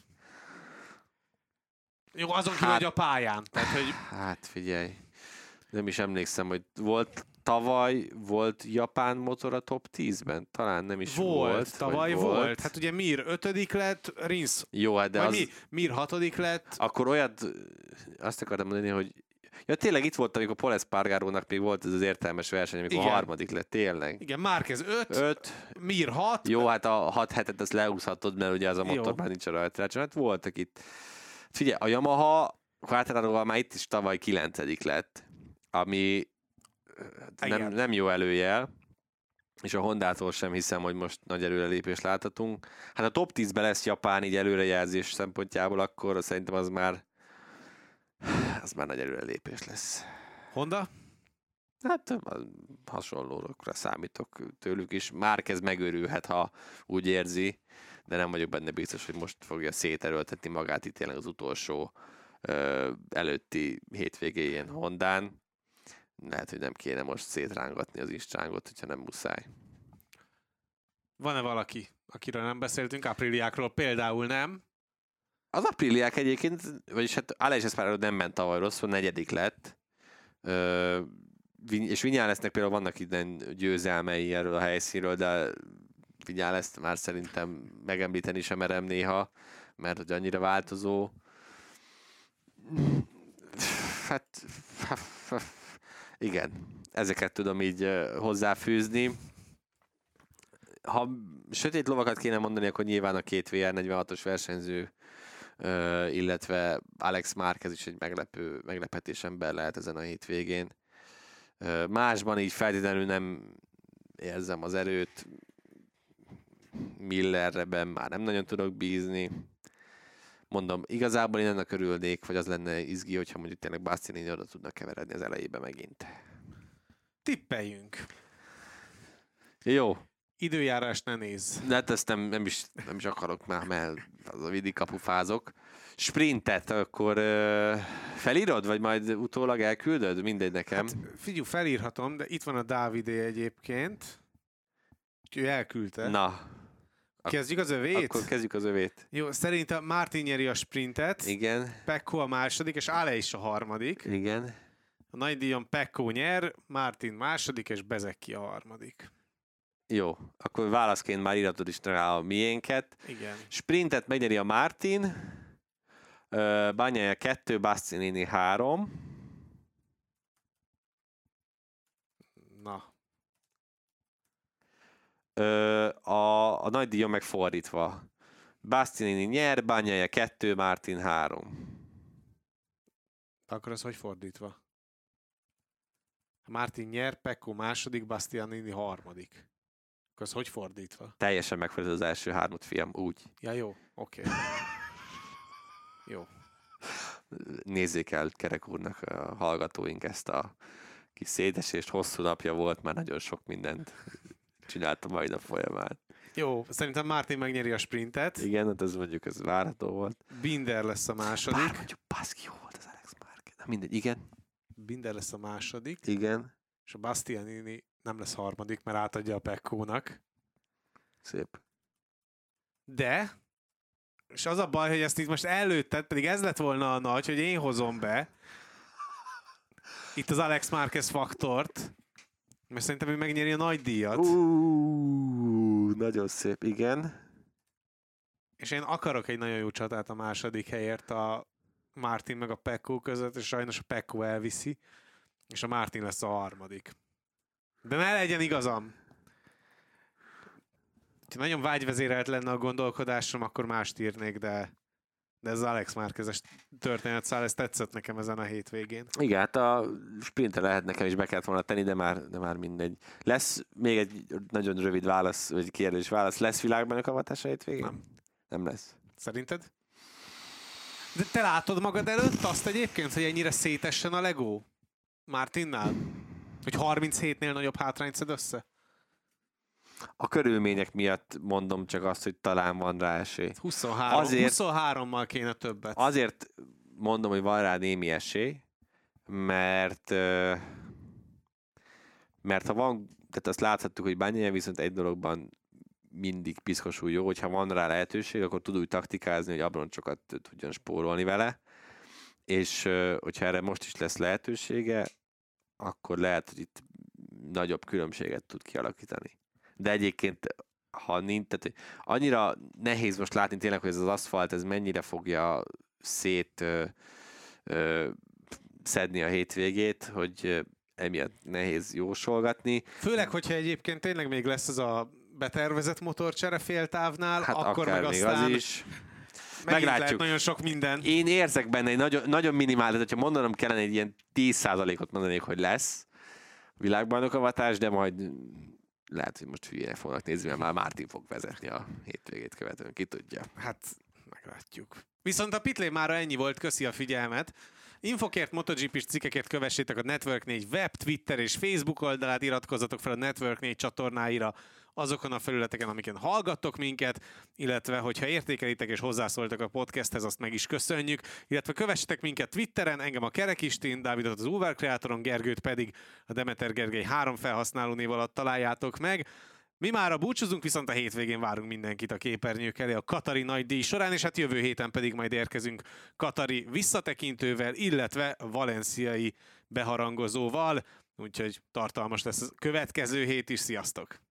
Jó, azon kívül, hát, hogy a pályán. Tehát, hogy... Hát figyelj, nem is emlékszem, hogy volt tavaly, volt japán motor a top tízben? Talán nem is volt. Volt, tavaly volt. volt. Hát ugye Mir ötödik lett, Rins. Jó, hát de az... az... Mi, Mir hatodik lett. Akkor olyat, azt akartam mondani, hogy ja, tényleg itt volt, amikor Pol Espargarónak még volt ez az értelmes verseny, amikor igen. a harmadik lett, tényleg. Igen, Márquez öt, öt, Mir hat. Jó, hát a hat hetet azt leúszhatod, mert ugye az a motor jó. Már nincs a rajta. Hát voltak itt. Figyelj, a Yamaha Quartararóval már itt is tavaly kilencedik lett, ami nem, nem jó előjel, és a Hondától sem hiszem, hogy most nagy előrelépést láthatunk. Hát a top tízben lesz Japán így előrejelzés szempontjából, akkor szerintem az már az már nagy előrelépés lesz. Honda? Hát hasonlókra számítok tőlük is. Márquez megőrülhet, ha úgy érzi, de nem vagyok benne biztos, hogy most fogja széterőltetni magát itt tényleg az utolsó ö, előtti hétvégéjén Hondán. Lehet, hogy nem kéne most szétrángatni az instrángot, hogyha nem muszáj. Van-e valaki, akiről nem beszéltünk? Apriliákról például nem? Az Apriliák egyébként, vagyis hát Aleix Espargaró nem ment tavaly rosszul, negyedik lett. Ö, és Viñalesnek például vannak innen győzelmei erről a helyszínről, de Viñalest már szerintem megemlíteni sem merem néha, mert hogy annyira változó. Hát, igen, ezeket tudom így hozzáfűzni. Ha sötét lovakat kéne mondani, akkor nyilván a két vé er negyvenhatos versenyző, illetve Alex Márquez is egy meglepő, meglepetés ember lehet ezen a hétvégén. Másban így feltétlenül nem érzem az erőt. Millerreben már nem nagyon tudok bízni. Mondom, igazából én ennek örülnék, vagy az lenne izgi, hogyha mondjuk tényleg Bastianini oda tudnak keveredni az elejébe megint. Tippeljünk. Jó. Időjárást ne nézz. De hát ezt nem, nem, is, nem is akarok már, mert az a vidi kapufázok. Sprintet akkor uh, felírod, vagy majd utólag elküldöd? Mindegy nekem. Hát, figyelj, felírhatom, de itt van a Dávidé egyébként. Úgyhogy ő elküldte. Na. Kezdjük az övét? Akkor kezdjük az övét. Jó, szerintem Martin nyeri a sprintet. Igen. Pecco a második, és Ale is a harmadik. Igen. A nagy díjon Pecco nyer, Martin második, és Bezecchi a harmadik. Jó, akkor válaszként már íratod is rá a miénket. Igen. Sprintet megnyeri a Martin, uh, Bagnaia kettő, Bastianini három. Na. Uh, a, a nagy díjon megfordítva. Bastianini nyer, Bagnaia kettő, Martin három. Akkor az hogy fordítva? Martin nyer, Pecco második, Bastianini harmadik. Akkor az hogy fordítva? Teljesen megfordítod az első hármat, fiam, úgy. Ja, jó, oké. Okay. Jó. Nézzék el Kerek úrnak a hallgatóink ezt a kis szédesést, hosszú napja volt, már nagyon sok mindent csináltam majd a folyamán. Jó, szerintem Martin megnyeri a sprintet. Igen, hát ez mondjuk ez várható volt. Binder lesz a második. Bár mondjuk baszki, jó volt az Alex Marquez. Na mindegy, igen. Binder lesz a második. Igen. És a Bastianini nem lesz harmadik, mert átadja a Peccónak. Szép. De, és az a baj, hogy ezt itt most előtted, pedig ez lett volna a nagy, hogy én hozom be itt az Alex Marquez faktort, mert szerintem ő megnyeri a nagy díjat. Uh, nagyon szép, igen. És én akarok egy nagyon jó csatát a második helyért a Martin meg a Pecco között, és sajnos a Pecco elviszi, és a Martin lesz a harmadik. De ne legyen igazam! Ha nagyon vágyvezérelt lenne a gondolkodásom, akkor mást írnék, de, de ez az Alex Marquez-es történetszál, ez tetszett nekem ezen a hétvégén. Igen, hát a sprintre lehet nekem is be kellett volna tenni, de már, de már mindegy. Lesz még egy nagyon rövid válasz, vagy kérdés válasz. Lesz világbajnok avatás a hétvégén? Nem. Nem lesz. Szerinted? De te látod magad előtt azt egyébként, hogy ennyire szétessen a Lego Martinnál? Hogy harminchétnél nagyobb hátrányt szed össze? A körülmények miatt mondom csak azt, hogy talán van rá esély. huszonhárom, Azért, huszonhárommal kéne többet. Azért mondom, hogy van rá némi esély, mert mert ha van, tehát azt láthattuk, hogy Bagnaia viszont egy dologban mindig piszkosul jó, hogyha van rá lehetőség, akkor tud úgy taktikázni, hogy abroncsokat tudjon spórolni vele, és hogyha erre most is lesz lehetősége, akkor lehet, hogy itt nagyobb különbséget tud kialakítani. De egyébként, ha nincs, tehát annyira nehéz most látni tényleg, hogy ez az aszfalt, ez mennyire fogja szét ö, ö, szedni a hétvégét, hogy emiatt nehéz jósolgatni. Főleg, hogyha egyébként tényleg még lesz ez a betervezett motorcsere féltávnál, hát akkor meg még aztán az is. meglátjuk. Nagyon sok minden. Én érzek benne egy nagyon, nagyon minimál, tehát ha mondanom kellene egy ilyen tíz százalékot mondanék, hogy lesz világbajnokavatás, de majd lehet, hogy most hülyének fognak nézni, mert már Martin fog vezetni a hétvégét követően, ki tudja. Hát, meglátjuk. Viszont a Pitlane mára ennyi volt, köszi a figyelmet. Infokért, MotoGP-s cikkekért kövessétek a Network négy web, Twitter és Facebook oldalát, iratkozzatok fel a Network négy csatornáira azokon a felületeken, amiken hallgattok minket, illetve hogyha értékelitek és hozzászóltak a podcasthez, azt meg is köszönjük, illetve kövessetek minket Twitteren, engem a Kerek István, Dávidot az Uber Kreatoron, Gergőt pedig a Demeter Gergely három felhasználó név alatt találjátok meg. Mi már a búcsúzunk, viszont a hétvégén várunk mindenkit a képernyők elé a Katari nagy díj során, és hát jövő héten pedig majd érkezünk Katari visszatekintővel, illetve valenciai beharangozóval, úgyhogy tartalmas lesz a következő hét is. Sziasztok!